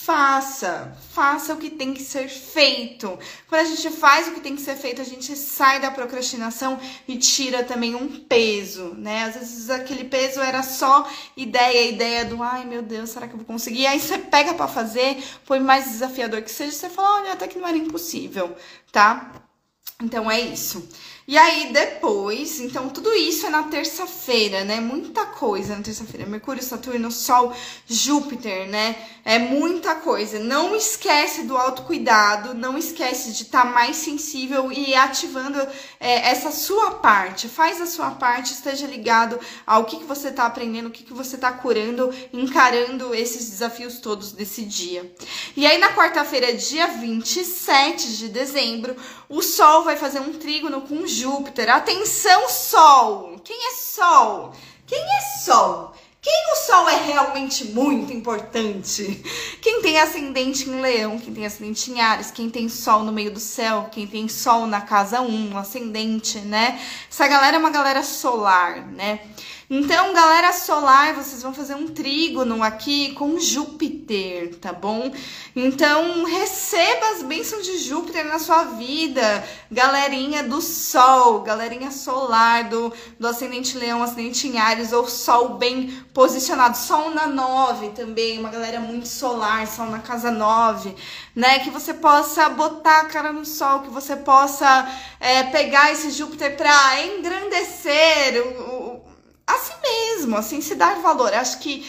C: Faça, faça o que tem que ser feito. Quando a gente faz o que tem que ser feito, a gente sai da procrastinação e tira também um peso, né? Às vezes aquele peso era só ideia, ideia do, ai meu Deus, será que eu vou conseguir? E aí você pega pra fazer, por mais desafiador que seja, você fala, olha, até que não era impossível, tá? Então é isso. E aí depois, então tudo isso é na terça-feira, né? Muita coisa na terça-feira. Mercúrio, Saturno, Sol, Júpiter, né? É muita coisa. Não esquece do autocuidado, não esquece de estar mais sensível e ativando é, essa sua parte. Faz a sua parte, esteja ligado ao que, que você está aprendendo, o que, que você está curando, encarando esses desafios todos desse dia. E aí na quarta-feira, dia vinte e sete de dezembro, o Sol vai fazer um trígono com Júpiter. Atenção, Sol! Quem é Sol? Quem é Sol? Quem o Sol é realmente muito importante? Quem tem ascendente em Leão, quem tem ascendente em Áries, quem tem Sol no meio do céu, quem tem Sol na casa um, ascendente, né? Essa galera é uma galera solar, né? Então, galera solar, vocês vão fazer um trígono aqui com Júpiter, tá bom? Então, receba as bênçãos de Júpiter na sua vida, galerinha do Sol, galerinha solar, do, do ascendente Leão, ascendente em Áries, ou Sol bem posicionado. Sol na nove também, uma galera muito solar, Sol na casa nove, né? Que você possa botar a cara no Sol, que você possa é, pegar esse Júpiter para engrandecer o, o assim mesmo, assim, se dar valor. Acho que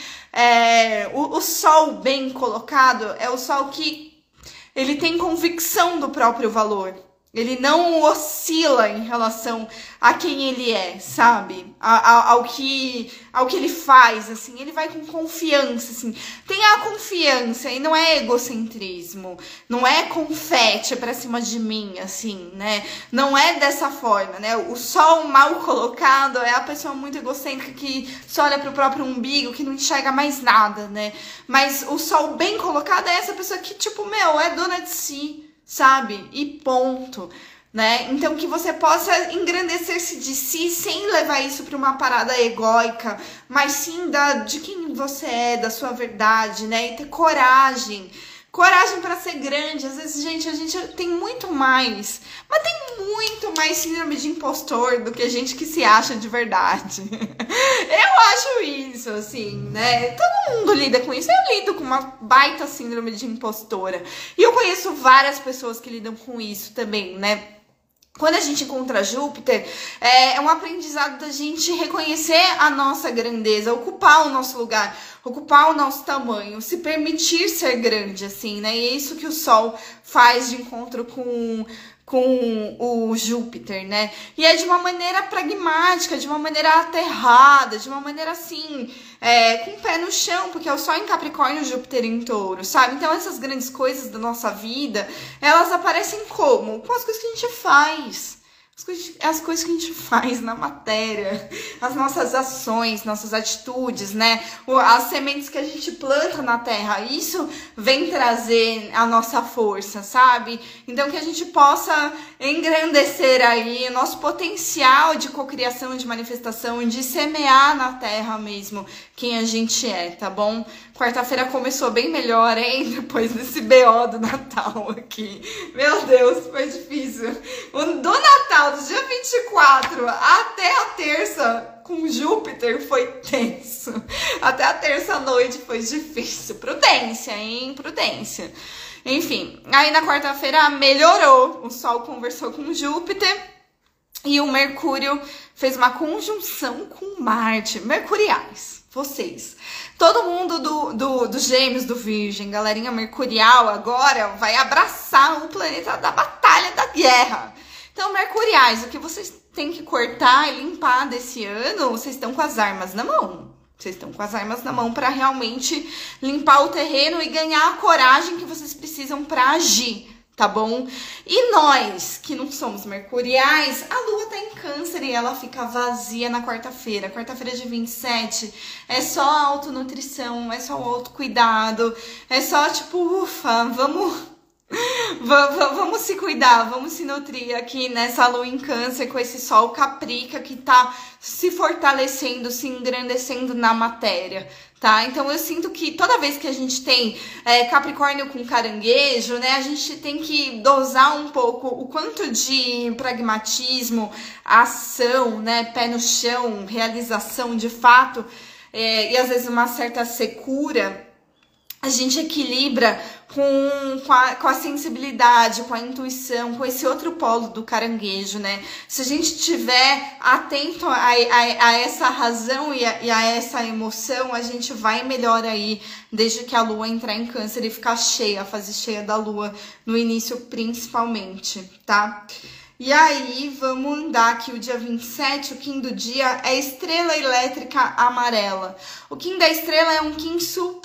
C: é, o, o Sol bem colocado é o Sol que ele tem convicção do próprio valor. Ele não oscila em relação a quem ele é, sabe? A, a, ao, que, ao que ele faz, assim. Ele vai com confiança, assim. Tenha a confiança e não é egocentrismo. Não é confete pra cima de mim, assim, né? Não é dessa forma, né? O Sol mal colocado é a pessoa muito egocêntrica que só olha pro próprio umbigo, que não enxerga mais nada, né? Mas o Sol bem colocado é essa pessoa que, tipo, meu, é dona de si, sabe? E ponto, né? Então que você possa engrandecer-se de si sem levar isso para uma parada egóica, mas sim da, de quem você é, da sua verdade, né? E ter coragem. Coragem para ser grande. Às vezes, gente, a gente tem muito mais, mas tem muito mais síndrome de impostor do que gente que se acha de verdade. Eu acho isso, assim, né? Todo mundo lida com isso. Eu lido com uma baita síndrome de impostora. E eu conheço várias pessoas que lidam com isso também, né? Quando a gente encontra Júpiter, é um aprendizado da gente reconhecer a nossa grandeza, ocupar o nosso lugar, ocupar o nosso tamanho, se permitir ser grande, assim, né? E é isso que o Sol faz de encontro com, com o Júpiter, né? E é de uma maneira pragmática, de uma maneira aterrada, de uma maneira assim, é, com o pé no chão, porque é o Sol em Capricórnio e o Júpiter em Touro, sabe? Então essas grandes coisas da nossa vida, elas aparecem como? Com as coisas que a gente faz. As coisas, as coisas que a gente faz na matéria, as nossas ações, nossas atitudes, né? As sementes que a gente planta na terra, isso vem trazer a nossa força, sabe? Então que a gente possa engrandecer aí o nosso potencial de cocriação, de manifestação, de semear na terra mesmo quem a gente é, tá bom? Quarta-feira começou bem melhor, hein? Depois desse B O do Natal aqui. Meu Deus, foi difícil. O do Natal, do dia vinte e quatro até a terça, com Júpiter, foi tenso. Até a terça-noite foi difícil. Prudência, hein? Prudência. Enfim, aí na quarta-feira melhorou. O Sol conversou com Júpiter e o Mercúrio fez uma conjunção com Marte. Mercuriais. Vocês, todo mundo do, do, do Gêmeos, do Virgem, galerinha mercurial agora vai abraçar o planeta da batalha, da guerra. Então, mercuriais, o que vocês têm que cortar e limpar desse ano, vocês estão com as armas na mão. Vocês estão com as armas na mão para realmente limpar o terreno e ganhar a coragem que vocês precisam para agir. Tá bom? E nós, que não somos mercuriais, a lua tá em Câncer e ela fica vazia na quarta-feira. Quarta-feira de vinte e sete é só autonutrição, é só o autocuidado, é só tipo, ufa, vamos, Vamos se cuidar, vamos se nutrir aqui nessa lua em câncer com esse sol caprica que tá se fortalecendo, se engrandecendo na matéria, tá? Então eu sinto que toda vez que a gente tem é, Capricórnio com caranguejo, né, a gente tem que dosar um pouco o quanto de pragmatismo, ação, né, pé no chão, realização de fato, é, e às vezes uma certa secura, a gente equilibra com, com, a, com a sensibilidade, com a intuição, com esse outro polo do caranguejo, né? Se a gente estiver atento a, a, a essa razão e a, e a essa emoção, a gente vai melhor aí, desde que a lua entrar em câncer e ficar cheia, a fase cheia da lua no início principalmente, tá? E aí, vamos andar aqui o dia vinte e sete, o Kim do dia é estrela elétrica amarela. O Kim da estrela é um Kim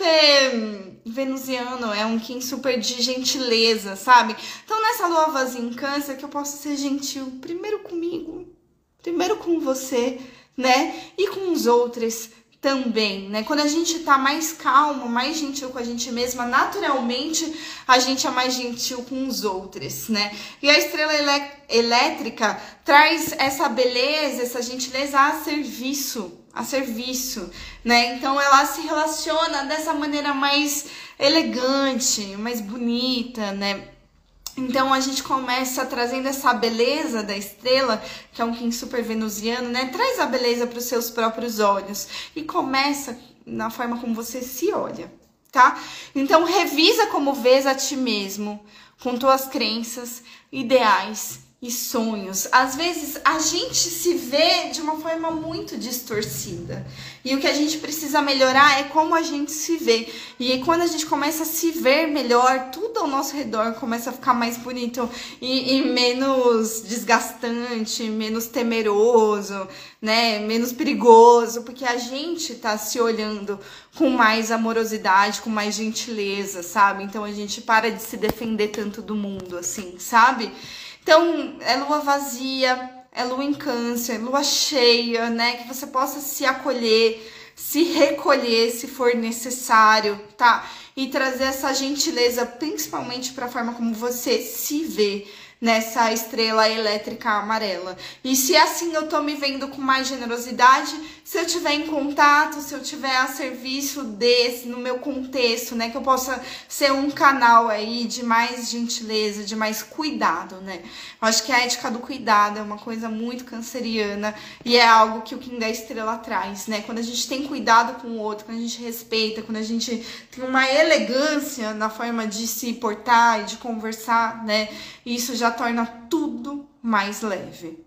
C: super venusiano, é um Kim super de gentileza, sabe? Então, nessa lua vazia em câncer, que eu posso ser gentil primeiro comigo, primeiro com você, né? E com os outros também, né? Quando a gente tá mais calmo, mais gentil com a gente mesma, naturalmente a gente é mais gentil com os outros, né? E a estrela elé elétrica traz essa beleza, essa gentileza a serviço, a serviço, né? Então ela se relaciona dessa maneira mais elegante, mais bonita, né? Então a gente começa trazendo essa beleza da estrela, que é um Kim super venusiano, né? Traz a beleza para os seus próprios olhos e começa na forma como você se olha, tá? Então revisa como vês a ti mesmo, com tuas crenças, ideais e sonhos. Às vezes a gente se vê de uma forma muito distorcida. E o que a gente precisa melhorar é como a gente se vê. E aí, quando a gente começa a se ver melhor, tudo ao nosso redor começa a ficar mais bonito e, e menos desgastante, menos temeroso, né? Menos perigoso, porque a gente tá se olhando com mais amorosidade, com mais gentileza, sabe? Então a gente para de se defender tanto do mundo, assim, sabe? Então, é lua vazia, é lua em câncer, lua cheia, né? Que você possa se acolher, se recolher se for necessário, tá? E trazer essa gentileza, principalmente para a forma como você se vê nessa estrela elétrica amarela. E se assim eu tô me vendo com mais generosidade, se eu tiver em contato, se eu tiver a serviço desse, no meu contexto, né, que eu possa ser um canal aí de mais gentileza, de mais cuidado, né? Eu acho que a ética do cuidado é uma coisa muito canceriana e é algo que o Kim da estrela traz, né? Quando a gente tem cuidado com o outro, quando a gente respeita, quando a gente tem uma elegância na forma de se portar e de conversar, né? Isso já torna tudo mais leve.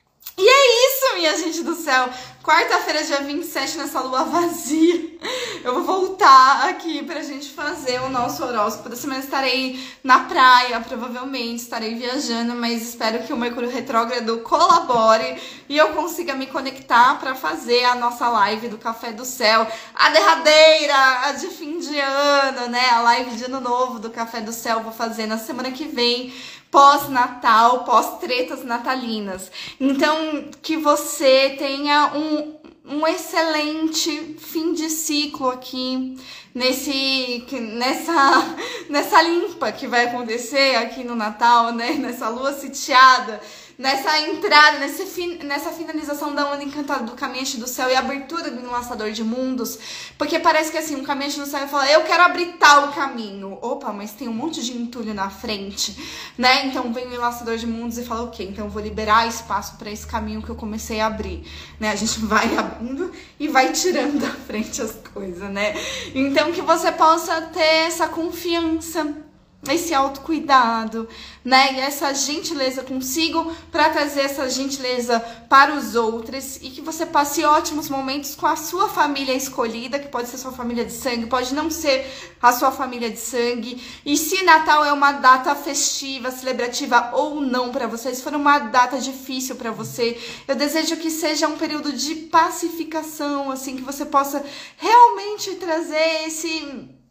C: E é isso, minha gente do céu. Quarta-feira, dia vinte e sete, nessa lua vazia, eu vou voltar aqui pra gente fazer o nosso horóscopo da semana. Estarei na praia, provavelmente, estarei viajando, mas espero que o Mercúrio retrógrado colabore e eu consiga me conectar pra fazer a nossa live do Café do Céu, a derradeira, a de fim de ano, né? A live de ano novo do Café do Céu, vou fazer na semana que vem, pós-natal, pós-tretas natalinas. Então, que você tenha um, um excelente fim de ciclo aqui, nesse, nessa, nessa limpa que vai acontecer aqui no Natal, né? Nessa lua sitiada, nessa entrada, nesse fin, nessa finalização da onda encantada do Caminhante do Céu e abertura do Enlaçador de Mundos, porque parece que assim, o Caminhante do Céu vai falar, eu quero abrir tal caminho. Opa, mas tem um monte de entulho na frente, né? Então vem o Enlaçador de Mundos e fala, ok, então eu vou liberar espaço para esse caminho que eu comecei a abrir, né? A gente vai abrindo e vai tirando da frente as coisas, né? Então que você possa ter essa confiança, esse autocuidado, né? E essa gentileza consigo para trazer essa gentileza para os outros e que você passe ótimos momentos com a sua família escolhida, que pode ser sua família de sangue, pode não ser a sua família de sangue. E se Natal é uma data festiva, celebrativa ou não para você, se for uma data difícil para você, eu desejo que seja um período de pacificação, assim, que você possa realmente trazer esse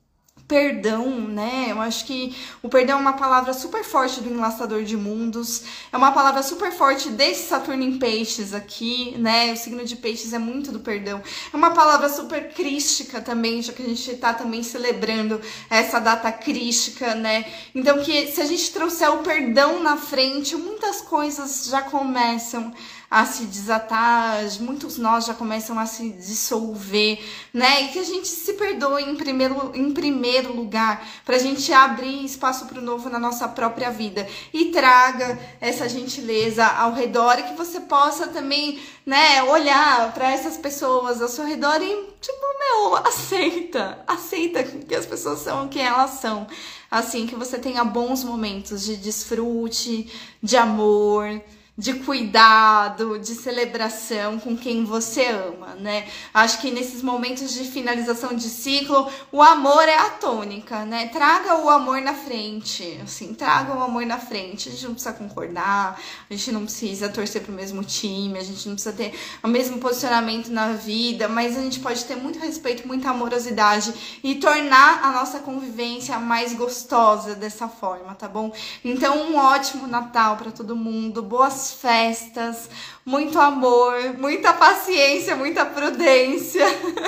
C: perdão, né? Eu acho que o perdão é uma palavra super forte do Enlaçador de Mundos, é uma palavra super forte desse Saturno em Peixes aqui, né? O signo de Peixes é muito do perdão. É uma palavra super crística também, já que a gente tá também celebrando essa data crística, né? Então, que se a gente trouxer o perdão na frente, muitas coisas já começam a se desatar, muitos nós já começam a se dissolver, né? E que a gente se perdoe em primeiro, em primeiro lugar, pra gente abrir espaço pro novo na nossa própria vida e traga essa gentileza ao redor e que você possa também, né, olhar para essas pessoas ao seu redor e, tipo, meu, aceita, aceita que as pessoas são quem elas são, assim, que você tenha bons momentos de desfrute, de amor, de cuidado, de celebração com quem você ama, né? Acho que nesses momentos de finalização de ciclo, o amor é a tônica, né? Traga o amor na frente, assim, traga o amor na frente. A gente não precisa concordar, a gente não precisa torcer pro mesmo time, a gente não precisa ter o mesmo posicionamento na vida, mas a gente pode ter muito respeito, muita amorosidade e tornar a nossa convivência mais gostosa dessa forma, tá bom? Então, um ótimo Natal para todo mundo, boas festas, muito amor, muita paciência, muita prudência.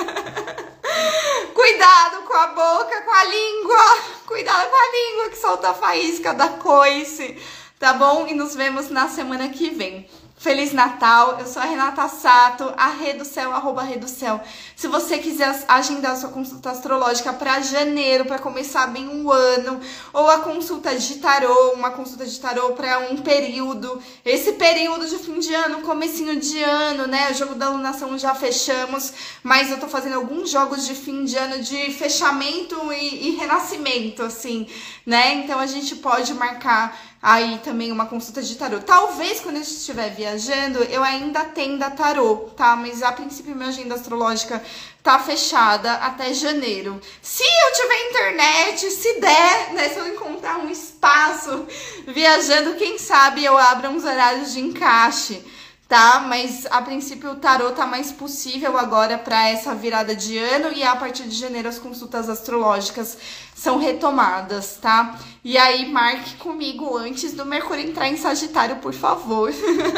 C: Cuidado com a boca, com a língua. Cuidado com a língua que solta a faísca da coice, tá bom? E nos vemos na semana que vem. Feliz Natal, eu sou a Renata Sato, a Reducel, arroba Reducel. Se você quiser agendar sua consulta astrológica para janeiro, para começar bem um ano, ou a consulta de tarô, uma consulta de tarô para um período, esse período de fim de ano, comecinho de ano, né? O jogo da alunação já fechamos, mas eu tô fazendo alguns jogos de fim de ano de fechamento e, e renascimento, assim, né? Então a gente pode marcar aí também uma consulta de tarô. Talvez quando eu estiver viajando, eu ainda atenda tarô, tá? Mas a princípio minha agenda astrológica tá fechada até janeiro. Se eu tiver internet, se der, né? Se eu encontrar um espaço viajando, quem sabe eu abra uns horários de encaixe, tá? Mas a princípio o tarô tá mais possível agora para essa virada de ano e a partir de janeiro as consultas astrológicas são retomadas, tá? E aí marque comigo antes do Mercúrio entrar em Sagitário, por favor.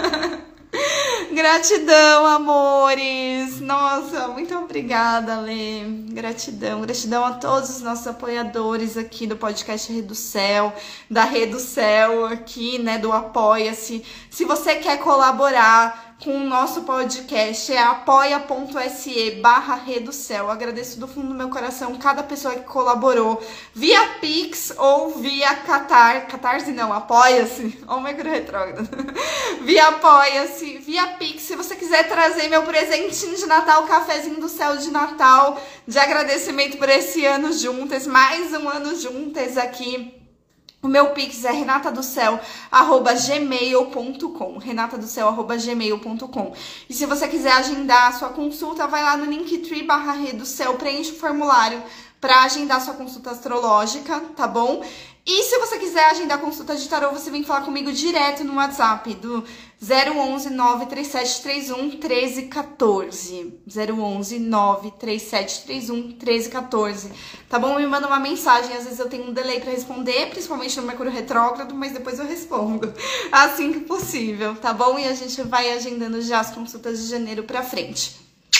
C: Gratidão, amores! Nossa, muito obrigada, Lê. Gratidão, gratidão a todos os nossos apoiadores aqui do podcast Reducel, da Reducel aqui, né, do Apoia-se. Se você quer colaborar com o nosso podcast, é apoia.se barra Reducel. Agradeço do fundo do meu coração cada pessoa que colaborou via Pix ou via Catar, Catarse não, Apoia-se, ó o Mercúrio retrógrado, via Apoia-se, via Pix. Se você quiser trazer meu presentinho de Natal, cafezinho do céu de Natal, de agradecimento por esse ano juntas, mais um ano juntas aqui. O meu Pix é renatadocel arroba gmail ponto com, renatadocel arroba gmail ponto com. E se você quiser agendar a sua consulta, vai lá no linktree barra Reducel, preenche o formulário para agendar sua consulta astrológica, tá bom? E se você quiser agendar a consulta de tarô, você vem falar comigo direto no WhatsApp do zero onze nove três sete três um um três um quatro. zero onze nove três sete três um um três um quatro. Tá bom? Me manda uma mensagem, às vezes eu tenho um delay pra responder, principalmente no Mercúrio retrógrado, mas depois eu respondo assim que possível, tá bom? E a gente vai agendando já as consultas de janeiro pra frente.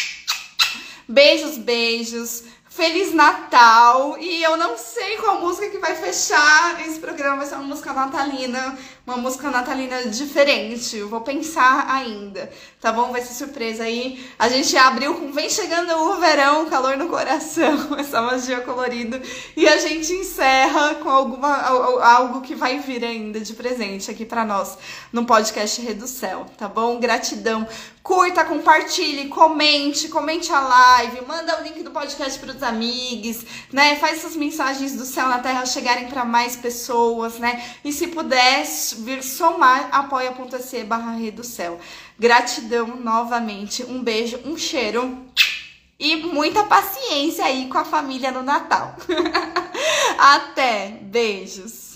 C: Beijos, beijos. Feliz Natal! E eu não sei qual música que vai fechar esse programa, vai ser uma música natalina, uma música natalina diferente, eu vou pensar ainda, tá bom? Vai ser surpresa aí. A gente abriu com Vem Chegando o Verão, Calor no Coração, essa magia colorida, e a gente encerra com alguma, algo que vai vir ainda de presente aqui pra nós no podcast Reducel, tá bom? Gratidão! Curta, compartilhe, comente, comente a live, manda o link do podcast para os amigos, né? Faz essas mensagens do céu na terra chegarem para mais pessoas, né? E se puder vir somar, apoia.se barra Reducel. Gratidão novamente, um beijo, um cheiro e muita paciência aí com a família no Natal. Até, beijos!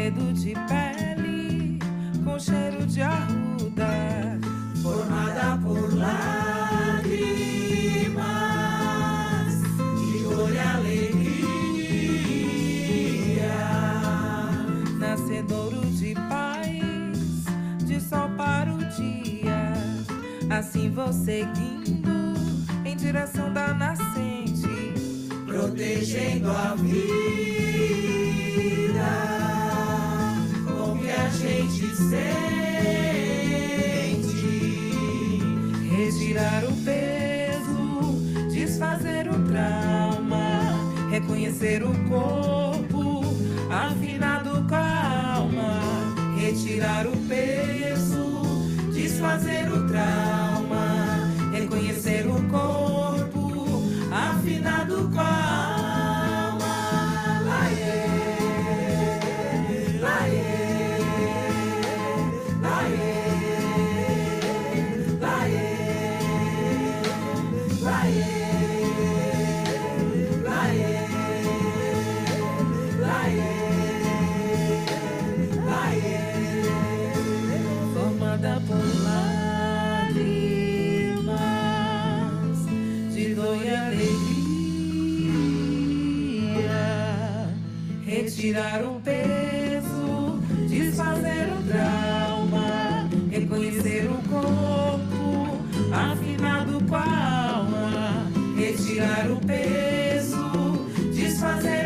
B: segredo de pele com cheiro de arruda,
D: formada por lágrimas de dor e alegria,
B: nascedouro de paz, de sol para o dia. Assim vou seguindo em direção da nascente,
D: protegendo a vida com que a gente sente,
B: retirar o peso, desfazer o trauma, reconhecer o corpo afinado com a alma, retirar o peso, desfazer o trauma, reconhecer o corpo afinado com a alma. Laie, laie, laie, laie, laie, laie, laie, laie, formada por lágrimas de dor e alegria, retirar o peso, desfazer o trauma, reconhecer o corpo afinado com a alma, retirar o peso, desfazer